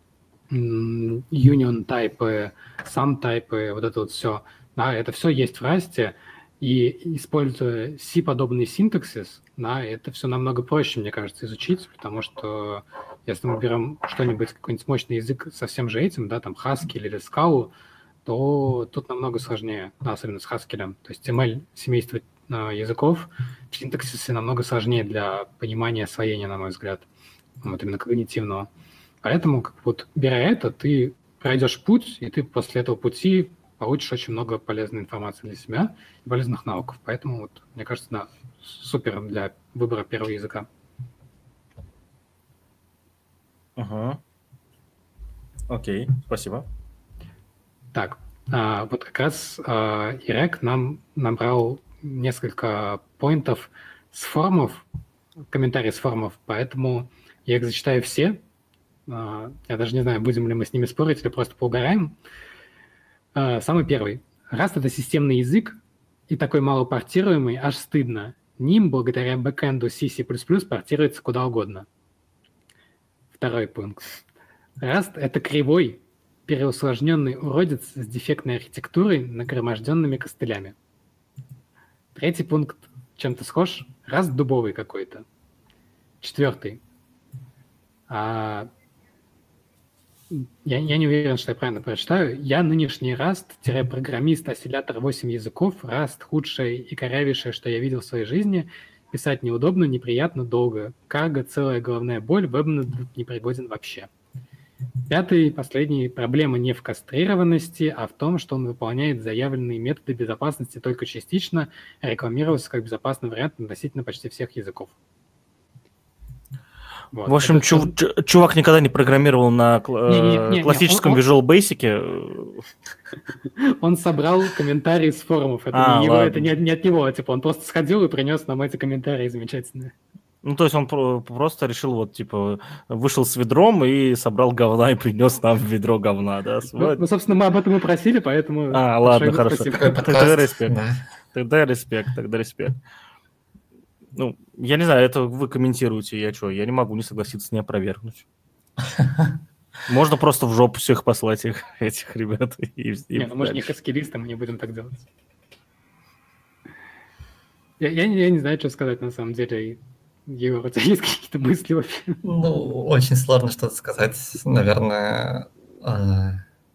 union тайпы, sum тайпы, вот это вот все. Да, это все есть в Rust, и используя C-подобный синтаксис, да, это все намного проще, мне кажется, изучить, потому что если мы берем что-нибудь, какой-нибудь мощный язык со всем же этим, да, там Haskell или Scala, то тут намного сложнее, да, особенно с Haskell. То есть эм эл семейство языков в синтаксисе намного сложнее для понимания освоения, на мой взгляд, вот именно когнитивного. Поэтому, как вот, беря это, ты пройдешь путь, и ты после этого пути получишь очень много полезной информации для себя и полезных навыков. Поэтому, вот, мне кажется, да, супер для выбора первого языка. Ага. Окей, спасибо. Так, а, вот как раз а, Ирек нам набрал несколько поинтов с форумов, комментарий с форумов, поэтому я их зачитаю все, Я даже не знаю, будем ли мы с ними спорить или просто поугараем. Самый первый. Rust — это системный язык, и такой малопортируемый, аж стыдно. ним благодаря бэкэнду C++ портируется куда угодно. Второй пункт. Rust — это кривой, переусложненный уродец с дефектной архитектурой, нагроможденными костылями. Третий пункт чем-то схож. Rust дубовый какой-то. Четвертый. А... Я, я не уверен, что я правильно прочитаю. Я нынешний Rust-программист, осциллятор восемь языков. Rust — худшее и корявейшее, что я видел в своей жизни. Писать неудобно, неприятно, долго. Карго — целая головная боль, веб-нод непригоден вообще. Пятый, последний. Проблема не в кастрированности, а в том, что он выполняет заявленные методы безопасности только частично, а рекламировался как безопасный вариант относительно почти всех языков. Вот. В общем, чу- чу- чувак никогда не программировал на кл- не, не, не, классическом не, он, Visual Basic. Он собрал комментарии с форумов. Это, а, не, его, это не, не от него. Типа, он просто сходил и принес нам эти комментарии замечательные. Ну, то есть он про- просто решил, вот, типа, вышел с ведром и собрал говна и принес нам ведро говна, да? Ну, ну, собственно, мы об этом и просили, поэтому... А, ладно, хорошо. Тогда респект. Тогда респект, тогда респект. Ну, я не знаю, это вы комментируете, я что, я не могу не согласиться, не опровергнуть. Можно просто в жопу всех послать их, этих ребят. И, и не, ну мы же не хаскилисты, мы не будем так делать. Я, я, я не знаю, что сказать на самом деле. Егор, у тебя есть какие-то мысли вообще? Ну, очень сложно что-то сказать. Наверное, э,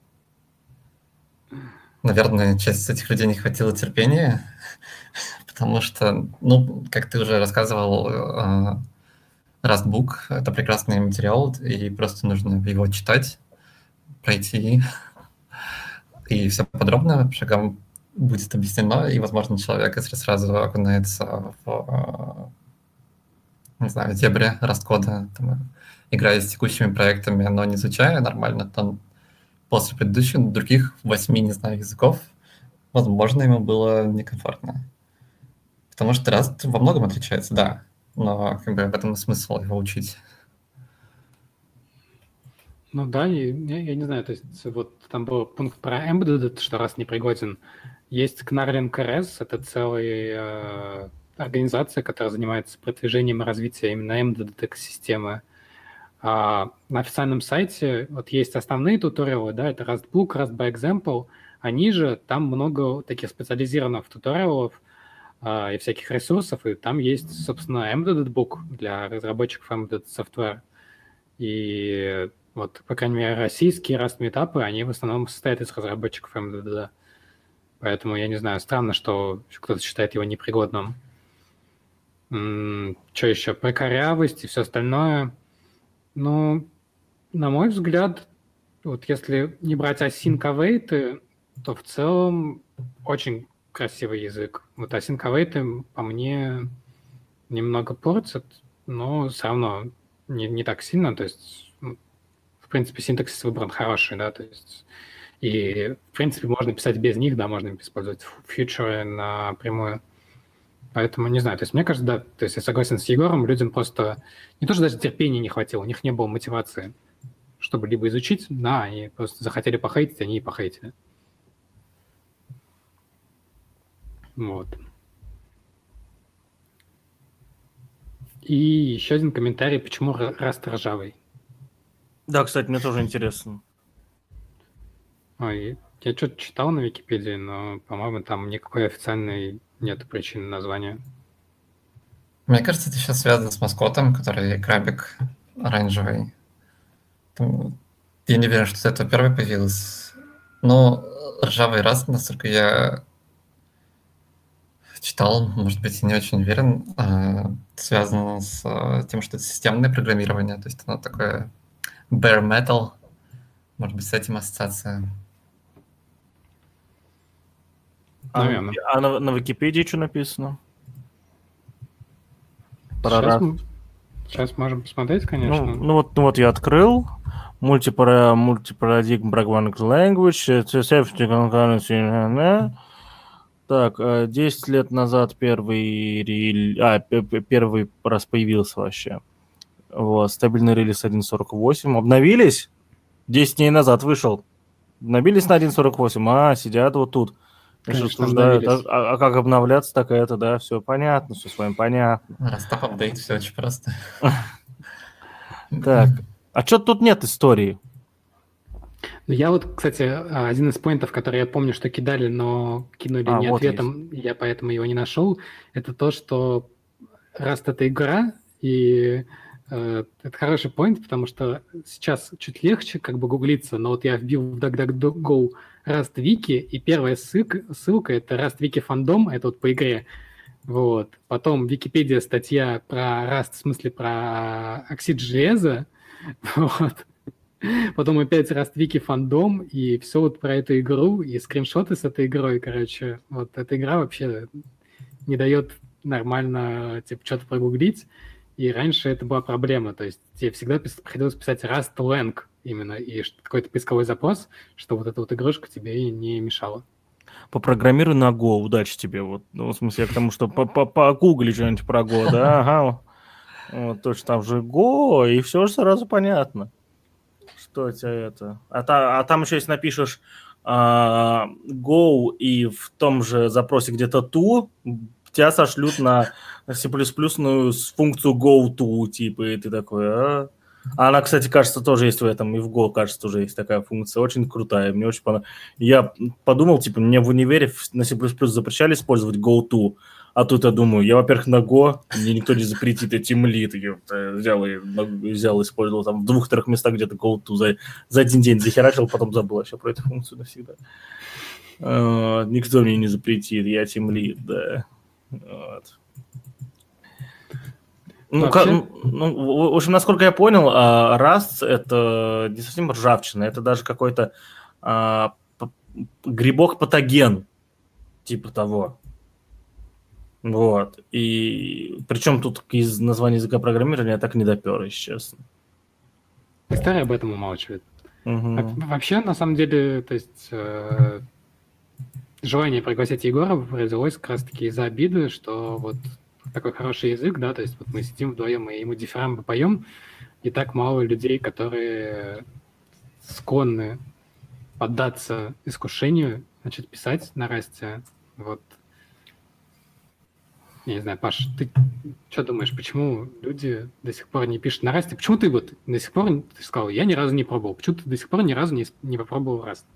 наверное, часть этих людей не хватило терпения. Потому что, ну, как ты уже рассказывал, Rustbook — это прекрасный материал, и просто нужно его читать, пройти, и все подробно шагом будет объяснено, и, возможно, человек, если сразу окунается в, не знаю, в дебри Rust-кода, там, играя с текущими проектами, но не изучая нормально, то он после предыдущих других восьми, не знаю, языков, возможно, ему было некомфортно. Потому что Rust во многом отличается, да, но как бы в этом и смысл его учить. Ну да, я, я не знаю, то есть вот там был пункт про Embedded, что Rust непригоден. Есть Knarling эр эс, это целая э, организация, которая занимается продвижением и развитием именно Embedded экосистемы. А на официальном сайте вот есть основные туториалы, да, это Rustbook, Rust by Example, а ниже там много таких специализированных туториалов, и всяких ресурсов, и там есть, собственно, Embedded Book для разработчиков Embedded Software. И вот, по крайней мере, российские Rust-метапы, они в основном состоят из разработчиков Embedded. Поэтому, я не знаю, странно, что кто-то считает его непригодным. М-м, что еще? Про корявость и все остальное. Ну, на мой взгляд, вот если не брать async-await, то в целом очень красивый язык. Вот async-await по мне немного портит, но все равно не, не так сильно. То есть, в принципе, синтаксис выбран хороший, да, то есть и, в принципе, можно писать без них, да, можно использовать future напрямую. Поэтому, не знаю, то есть мне кажется, да, то есть я согласен с Егором, людям просто не то, что даже терпения не хватило, у них не было мотивации, чтобы либо изучить, да, они просто захотели похейтить, они и похейтили. Вот. И еще один комментарий, почему Rust ржавый. Да, кстати, мне тоже интересно. Ой, я что-то читал на Википедии, но, по-моему, там никакой официальной нет причины названия. Мне кажется, это сейчас связано с маскотом, который крабик оранжевый. Я не уверен, что это первый появился. Но ржавый Rust, насколько я читал, может быть, и не очень уверен, связано с тем, что это системное программирование, то есть оно такое bare metal, может быть, с этим ассоциация. А, а на, на Википедии что написано? Сейчас, сейчас можем посмотреть, конечно. Ну, ну, вот, ну вот я открыл. Multipara, multiparadigm programming language, safety concurrency. Так, десять лет назад первый, а, первый раз появился вообще. Вот, стабильный релиз один точка сорок восемь. Обновились? десять дней назад вышел. Обновились на один точка сорок восемь? А, сидят вот тут. Конечно, Обсуждают. А, обновились. а- а как обновляться, так это, да, все понятно, все с вами понятно. Растап апдейт, все очень просто. Так, а что тут нет истории? Ну, я вот, кстати, один из поинтов, который я помню, что кидали, но кинули А, не вот ответом, я поэтому его не нашел, это то, что Rust — это игра, и э, это хороший поинт, потому что сейчас чуть легче как бы гуглиться, но вот я вбил в DuckDuckGo Rust Wiki, и первая ссылка, ссылка это Rust Wiki фандом, это вот по игре. Вот. Потом Википедия статья про Rust, в смысле про оксид железа. Вот. Потом опять Rust Wiki фандом, и все вот про эту игру, и скриншоты с этой игрой, короче. Вот эта игра вообще не дает нормально, типа, что-то прогуглить. И раньше это была проблема, то есть тебе всегда пис- приходилось писать Rust Lang именно, и ш- какой-то поисковой запрос, что вот эта вот игрушка тебе не мешала. Попрограммируй на Go, удачи тебе. Вот, ну, в смысле, я к тому, что по- по- погугли что-нибудь про Go, да, ага. Вот, точно, там же Go, и все же сразу понятно. Что у тебя это? А, та- а там еще, если напишешь а, Go и в том же запросе где-то to, тебя сошлют на C++ функцию go-to, типа, и ты такой, а? А она, кстати, кажется, тоже есть в этом, и в Go, кажется, тоже есть такая функция, очень крутая, мне очень понравилось. Я подумал, типа, мне в универе на C++ запрещали использовать go-to, а тут я думаю, я, во-первых, на Go, мне никто не запретит, я тимлид, я взял и взял, использовал там в двух-трех местах где-то go-to за, за один день захерачил, потом забыл вообще про эту функцию навсегда. Вот, никто мне не запретит, я тимлид, да. Вот. Ну, как, Вообще, ну, в общем, насколько я понял, а, Rust — это не совсем ржавчина, это даже какой-то а, п- грибок-патоген, типа того. Вот. И причем тут из названия языка программирования я так не допер, если честно. история об этом умалчивает. Мгм. Во- Вообще, на самом деле, то есть э, желание пригласить Егора родилось как раз-таки из-за обиды, что вот такой хороший язык, да, то есть вот мы сидим вдвоем и ему дифирамбы поем, и так мало людей, которые склонны поддаться искушению, значит, писать на Расте. Вот. Я не знаю, Паш, ты что думаешь, почему люди до сих пор не пишут на Расте? Почему ты вот до сих пор, ты сказал, я ни разу не пробовал, почему ты до сих пор ни разу не, не попробовал Раст?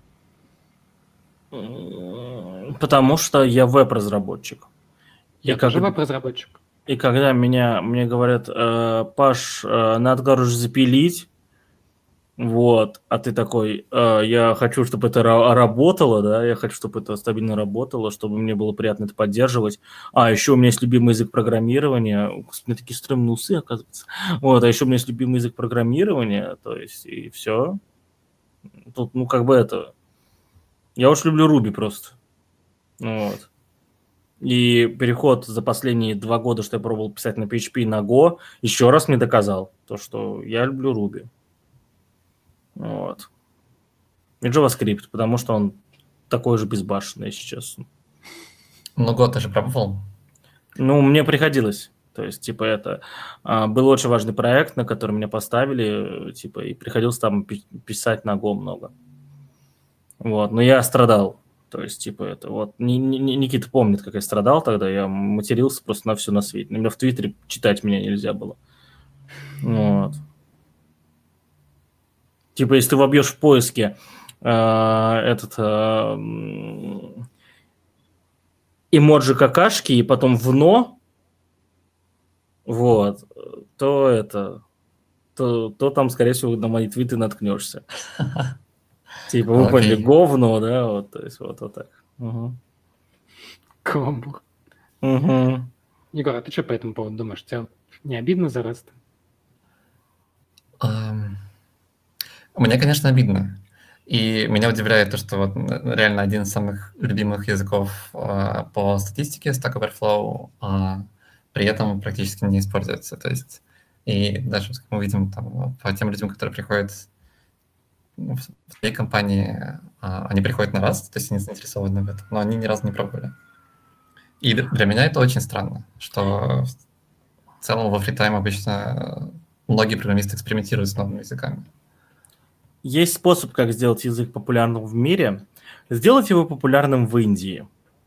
Потому что я веб-разработчик. Я И тоже как- веб-разработчик. И когда меня, мне говорят, э, Паш, э, надо, короче, запилить, вот, а ты такой, э, я хочу, чтобы это ра- работало, да, я хочу, чтобы это стабильно работало, чтобы мне было приятно это поддерживать. А, еще у меня есть любимый язык программирования, Господи, у меня такие стрёмные усы, оказывается. Вот, а еще у меня есть любимый язык программирования, то есть, и все. Тут, ну, как бы это... Я уж люблю Ruby просто. Вот. И переход за последние два года, что я пробовал писать на пи эйч пи и на Go, еще раз мне доказал то, что я люблю Ruby. Вот. И JavaScript, потому что он такой же безбашенный, если честно. Ну, год ты же пробовал? Ну, мне приходилось. То есть, типа, это а, был очень важный проект, на который меня поставили, типа, и приходилось там пи- писать на Go много. Вот, но я страдал. То есть, типа, это вот... Ни- Ни- Ни- Никита помнит, как я страдал тогда. Я матерился просто на все на свете. На меня в Твиттере читать меня нельзя было. Вот. Типа, если ты вобьешь в поиске э, этот э, м, эмоджи какашки и потом в но, вот, то это, то, то там, скорее всего, на мои твиты наткнешься. Типа, вы поняли, Окей. говно, да, вот, то есть вот, вот так. Угу. Каламбур. Угу. Егор, а ты что по этому поводу думаешь? Тебе не обидно за Раст? Ам, Мне, конечно, обидно. И меня удивляет то, что вот н- реально один из самых любимых языков а, по статистике, Stack Overflow, а, при этом практически не используется. То есть, и даже, как мы видим, там, по тем людям, которые приходят ну, в в твоей компании, а, они приходят на Rust, то есть они заинтересованы в этом, но они ни разу не пробовали. И для меня это очень странно, что в целом во фритайм обычно многие программисты экспериментируют с новыми языками. Есть способ, как сделать язык популярным в мире. Сделать его популярным в Индии.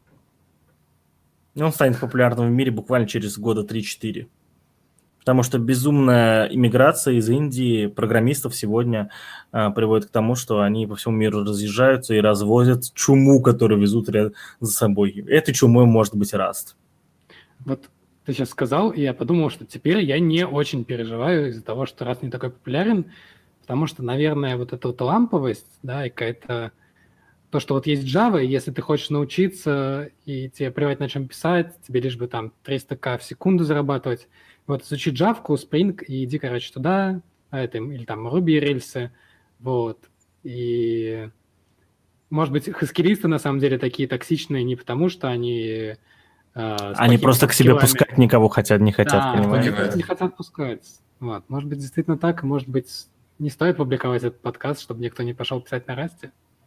И он станет популярным в мире буквально через года три-четыре. Потому что безумная иммиграция из Индии программистов сегодня а, приводит к тому, что они по всему миру разъезжаются и развозят чуму, которую везут ряд- за собой. Этой чумой может быть Rust. Вот ты сейчас сказал, и я подумал, что теперь я не очень переживаю из-за того, что Rust не такой популярен, потому что, наверное, вот эта вот ламповость, да, и какая-то... То, что вот есть Java, и если ты хочешь научиться, и тебе плевать на чем писать, тебе лишь бы там триста тысяч в секунду зарабатывать, вот изучи Java, Spring, и иди, короче, туда, а это, или там Ruby рельсы, вот. И, может быть, хаскилисты на самом деле такие токсичные не потому, что они... Uh, Они просто к себе пускать никого хотят, не хотят, да, понимаешь? они не хотят пускать. Вот. Может быть, действительно так, может быть, не стоит публиковать этот подкаст, чтобы никто не пошел писать на Расте?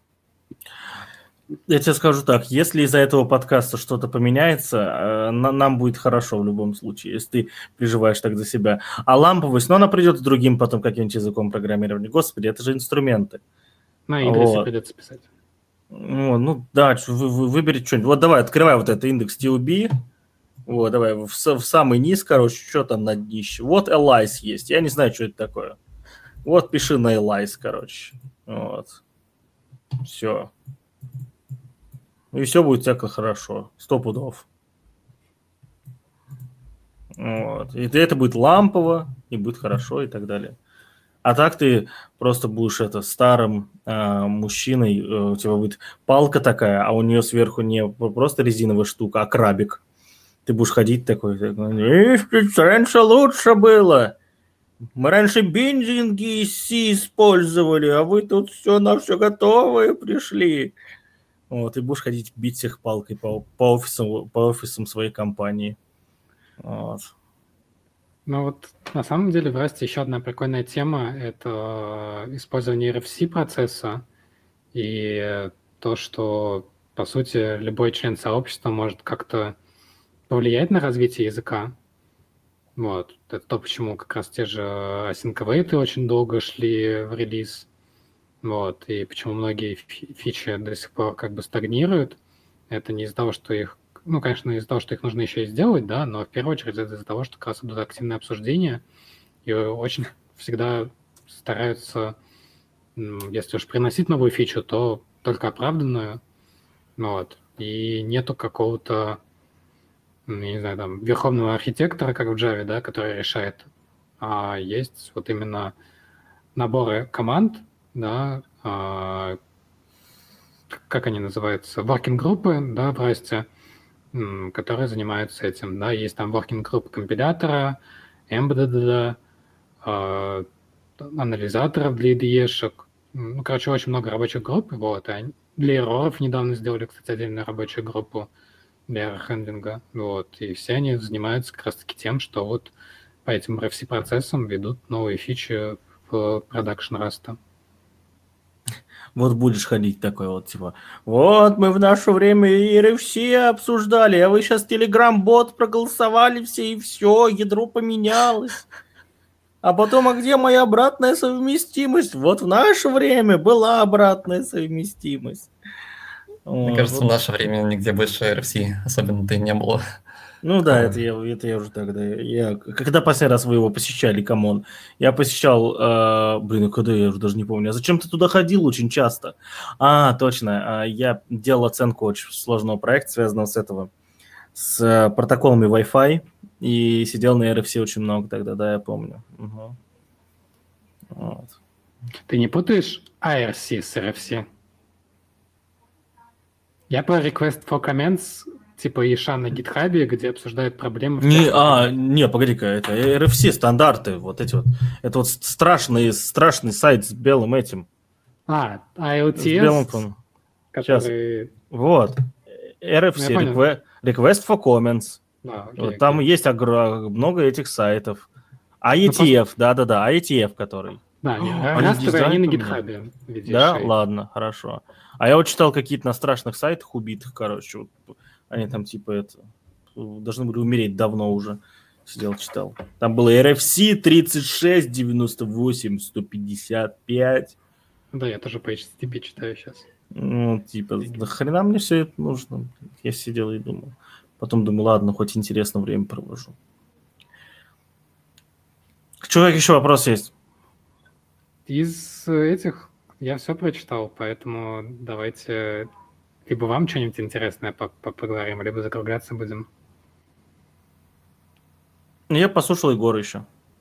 Я тебе скажу так, если из-за этого подкаста что-то поменяется, нам будет хорошо в любом случае, если ты переживаешь так за себя. А ламповость, ну, она придет с другим потом каким-нибудь языком программирования. Господи, это же инструменты. На индексе вот. придется писать. Ну, ну да, вы, вы, выберите что-нибудь. Вот давай, открывай вот этот индекс ти ю би. Вот, давай, в, в самый низ, короче, что там на днище. Вот Elise есть, я не знаю, что это такое. Вот, пиши на Elise, короче. Вот. Все. И все будет всяко хорошо. Сто пудов. Вот. И это будет лампово, и будет хорошо, и так далее. А так ты просто будешь это старым э, мужчиной, э, у тебя будет палка такая, а у нее сверху не просто резиновая штука, а крабик. Ты будешь ходить такой, такой раньше лучше было. Мы раньше биндинги из C использовали, а вы тут все на все готовое пришли. Вот, и будешь ходить бить всех палкой по, по, офисам, по офисам своей компании. Вот. Ну вот на самом деле в Rust еще одна прикольная тема – это использование эр эф си процесса и то, что, по сути, любой член сообщества может как-то повлиять на развитие языка. Вот. Это то, почему как раз те же async await очень долго шли в релиз. Вот. И почему многие фичи до сих пор как бы стагнируют. Это не из-за того, что их Ну, конечно, из-за того, что их нужно еще и сделать, да, но в первую очередь это из-за того, что как раз идут активные обсуждения, и очень всегда стараются, если уж приносить новую фичу, то только оправданную, вот, и нету какого-то, я не знаю, там, верховного архитектора, как в Java, да, который решает, а есть вот именно наборы команд, да, а, как они называются, working группы, да, в Rust, которые занимаются этим. Да, есть там working group компилятора, embedded, э, анализаторов для ай ди и-шек. Ну, короче, очень много рабочих групп. Вот. И для эрроров недавно сделали, кстати, отдельную рабочую группу для эррор-хендлинга. Вот. И все они занимаются как раз-таки тем, что вот по этим эр эф си-процессам ведут новые фичи в продакшн Rust. Вот будешь ходить такой вот, типа, вот мы в наше время и эр эф си обсуждали, а вы сейчас Telegram-бот проголосовали все, и все, ядро поменялось. А потом, а где моя обратная совместимость? Вот в наше время была обратная совместимость. Мне вот, кажется, вот. в наше время нигде больше эр эф си особенно-то и не было. Ну да, это я, это я уже тогда. Я, когда последний раз вы его посещали, камон? Я посещал, э, блин, когда я уже даже не помню. А зачем ты туда ходил очень часто? А, точно, э, я делал оценку очень сложного проекта, связанного с этого, с э, протоколами Wi-Fi, и сидел на эр эф си очень много тогда, да, я помню. Угу. Вот. Ты не путаешь эй ар си с эр эф си? Я про request for comments типа Иша на гитхабе, где обсуждают проблемы. Не, а, не, погоди-ка, это эр эф си стандарты, вот эти вот. Это вот страшный, страшный сайт с белым этим. А, ай о ти эс, с белым фоном. который... Сейчас. Вот. эр эф си, request, request for comments. Да, окей, вот, окей. там есть огр... много этих сайтов. ай и ти эф, ну, да-да-да, ай и ти эф, который. Да, растовые они на гитхабе. Да, ладно, хорошо. А я вот читал какие-то на страшных сайтах убитых, короче, вот, они там типа это должны были умереть давно уже. Сидел, читал. Там было эр эф си тридцать шесть, девяносто восемь, сто пятьдесят пять. Да, я тоже по эйч ти ти пи читаю сейчас. Ну, типа, да хрена мне все это нужно. Я сидел и думал. Потом думаю, ладно, хоть интересно время провожу. Человек, еще вопрос есть? Из этих я все прочитал, поэтому давайте либо вам что-нибудь интересное поговорим, либо закругляться будем. Я послушал Егора еще.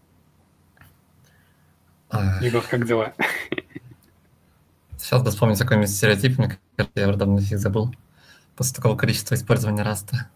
Егор, как дела? Сейчас бы вспомнить какой-нибудь стереотип, мне кажется, я уже давно их забыл. После такого количества использования раста.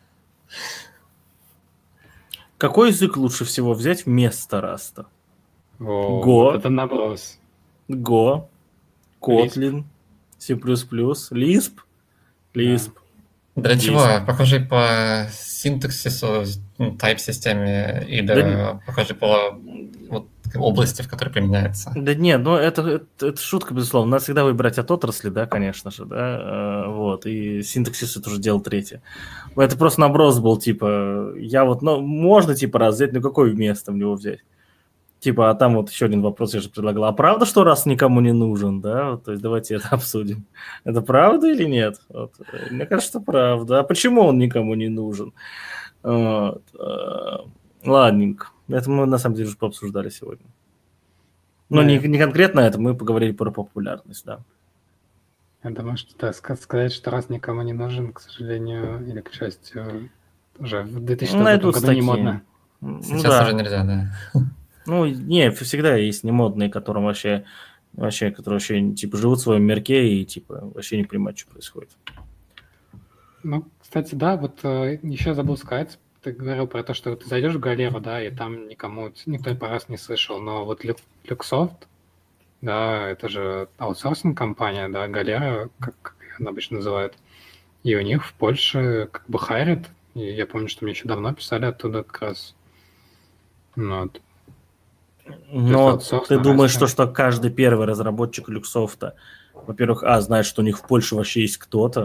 Какой язык лучше всего взять вместо раста? О, Go. вот это наброс. Go, Kotlin, C++, Lisp, Lisp. Для Есть. чего? Похожий по синтаксису, ну, type-системе или Да похожий по вот, области, в которой применяется? Да нет, ну это, это, это шутка, безусловно. Надо всегда выбирать от отрасли, да, конечно же, да, вот, и синтаксис это уже дело третье. Это просто наброс был, типа, я вот, ну, можно, типа, раз взять, но какое место в него взять? Типа, а там вот еще один вопрос я же предлагал. А правда, что раз никому не нужен, да? Вот, то есть давайте это обсудим. Это правда или нет? Вот. Мне кажется, что правда. А почему он никому не нужен? Вот. Ладненько. Это мы на самом деле уже пообсуждали сегодня. Ну, да. не, не конкретно это, мы поговорили про популярность, да. Я думаю, что да, сказать, что раз никому не нужен, к сожалению, или к счастью, уже в две тысячи двадцатом году не модно. Сейчас ну, да. уже нельзя, да. Ну, не, всегда есть немодные, которым вообще, вообще, которые вообще, типа, живут в своем мирке и, типа, вообще не понимают, что происходит. Ну, кстати, да, вот э, еще забыл сказать, ты говорил про то, что ты зайдешь в галеру, да, и там никому, никто по раз не слышал, но вот Luxoft, да, это же аутсорсинг-компания, да, галера, как, как ее обычно называют, и у них в Польше как бы хайрят, и я помню, что мне еще давно писали оттуда как раз, вот. Но ты думаешь, что, что каждый первый разработчик Люксофта, во-первых, а, знает, что у них в Польше вообще есть кто-то,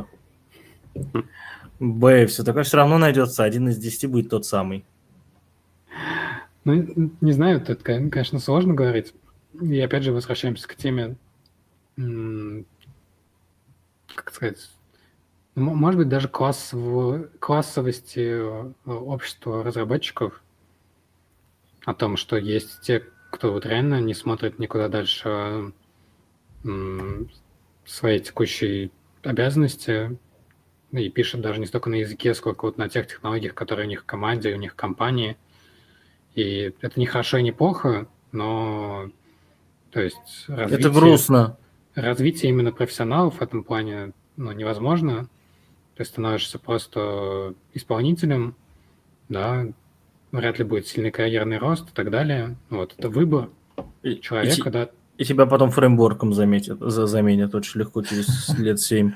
б, все такое, все равно найдется, один из десяти будет тот самый. Ну, не знаю, это, конечно, сложно говорить. И опять же возвращаемся к теме, как сказать, может быть, даже классово, классовости общества разработчиков, о том, что есть те, кто вот реально не смотрит никуда дальше м, своей текущей обязанности и пишет даже не столько на языке, сколько вот на тех технологиях, которые у них в команде, у них в компании. И это не хорошо и не плохо, но то есть развитие, это грустно. Развитие именно профессионалов в этом плане ну, невозможно. Ты становишься просто исполнителем, да, вряд ли будет сильный карьерный рост и так далее. Вот, это выбор и, человека, и, да. И тебя потом фреймворком заметят, заменят очень легко через лет семь.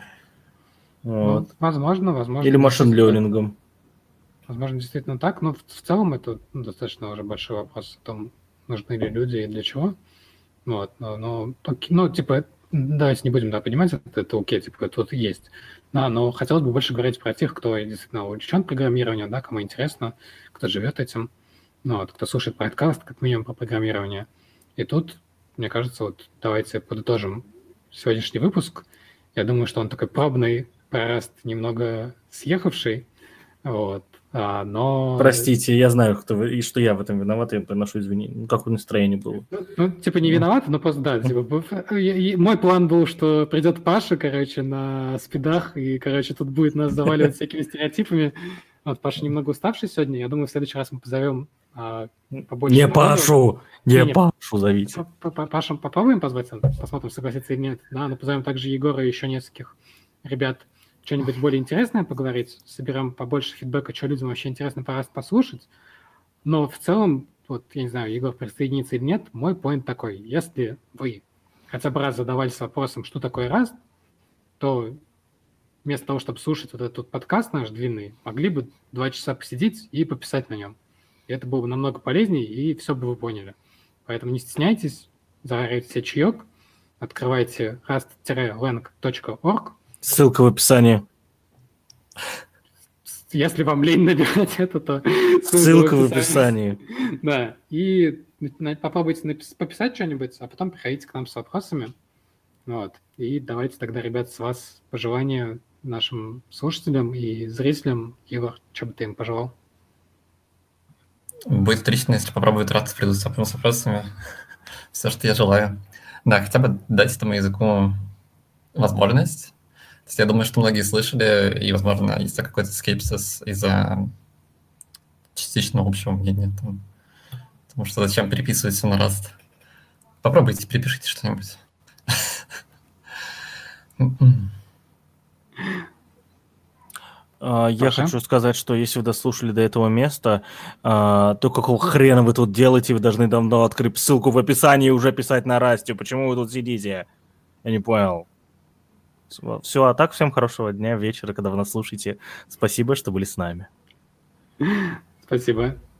Вот. Ну, возможно, возможно. Или машин-лернингом. Возможно, действительно так, но в, в целом это ну, достаточно уже большой вопрос о том, нужны ли люди и для чего. Вот, но, но ну, типа, давайте не будем, да, понимать, это, это окей, типа, это вот есть. Да, но хотелось бы больше говорить про тех, кто действительно увлечен программированием, да, кому интересно, кто живет этим, ну, вот, кто слушает подкаст, как минимум, про программирование. И тут, мне кажется, вот давайте подытожим сегодняшний выпуск. Я думаю, что он такой пробный, прораст немного съехавший, вот, а, но... Простите, я знаю, кто вы, и что я в этом виноват, я приношу извинения. Ну, какое настроение было? Ну, ну типа, не виноват, но просто, да, типа, мой план был, что придет Паша, короче, на спидах, и, короче, тут будет нас заваливать всякими стереотипами. Вот, Паша немного уставший сегодня, я думаю, в следующий раз мы позовем а, побольше... Не Пашу, не, не Пашу зовите. Пашу попробуем позвать, посмотрим, согласится или нет, да, но позовем также Егора и еще нескольких ребят, что-нибудь более интересное поговорить, соберем побольше фидбэка, что людям вообще интересно по раз послушать. Но в целом, вот, я не знаю, Егор присоединится или нет, мой поинт такой. Если вы хотя бы раз задавались вопросом, что такое Rust, то вместо того, чтобы слушать вот этот подкаст наш длинный, могли бы два часа посидеть и пописать на нем. И это было бы намного полезнее, и все бы вы поняли. Поэтому не стесняйтесь, заваривайте себе чаек, открывайте rust dash lang точка org. Ссылка в описании. если вам лень набирать это, то Ссылка в описании. Да, и попробуйте напис- пописать что-нибудь, а потом приходите к нам с вопросами. Вот. И давайте тогда, ребят, с вас пожелания нашим слушателям и зрителям. Егор, что бы ты им пожелал? Будет отлично, если попробуют раз придут с вопросами. Все, что я желаю. Да, хотя бы дать этому языку возможность. То есть я думаю, что многие слышали, и, возможно, есть какой-то скепсис из-за частично общего мнения. Там, потому что зачем переписывать все на Rust? Попробуйте, перепишите что-нибудь. А, Я Паша? хочу сказать, что если вы дослушали до этого места, а, то какого хрена вы тут делаете? Вы должны давно открыть ссылку в описании и уже писать на Расте. Почему вы тут сидите? Я не понял. Все, а так всем хорошего дня, вечера, когда вы нас слушаете. Спасибо, что были с нами. Спасибо.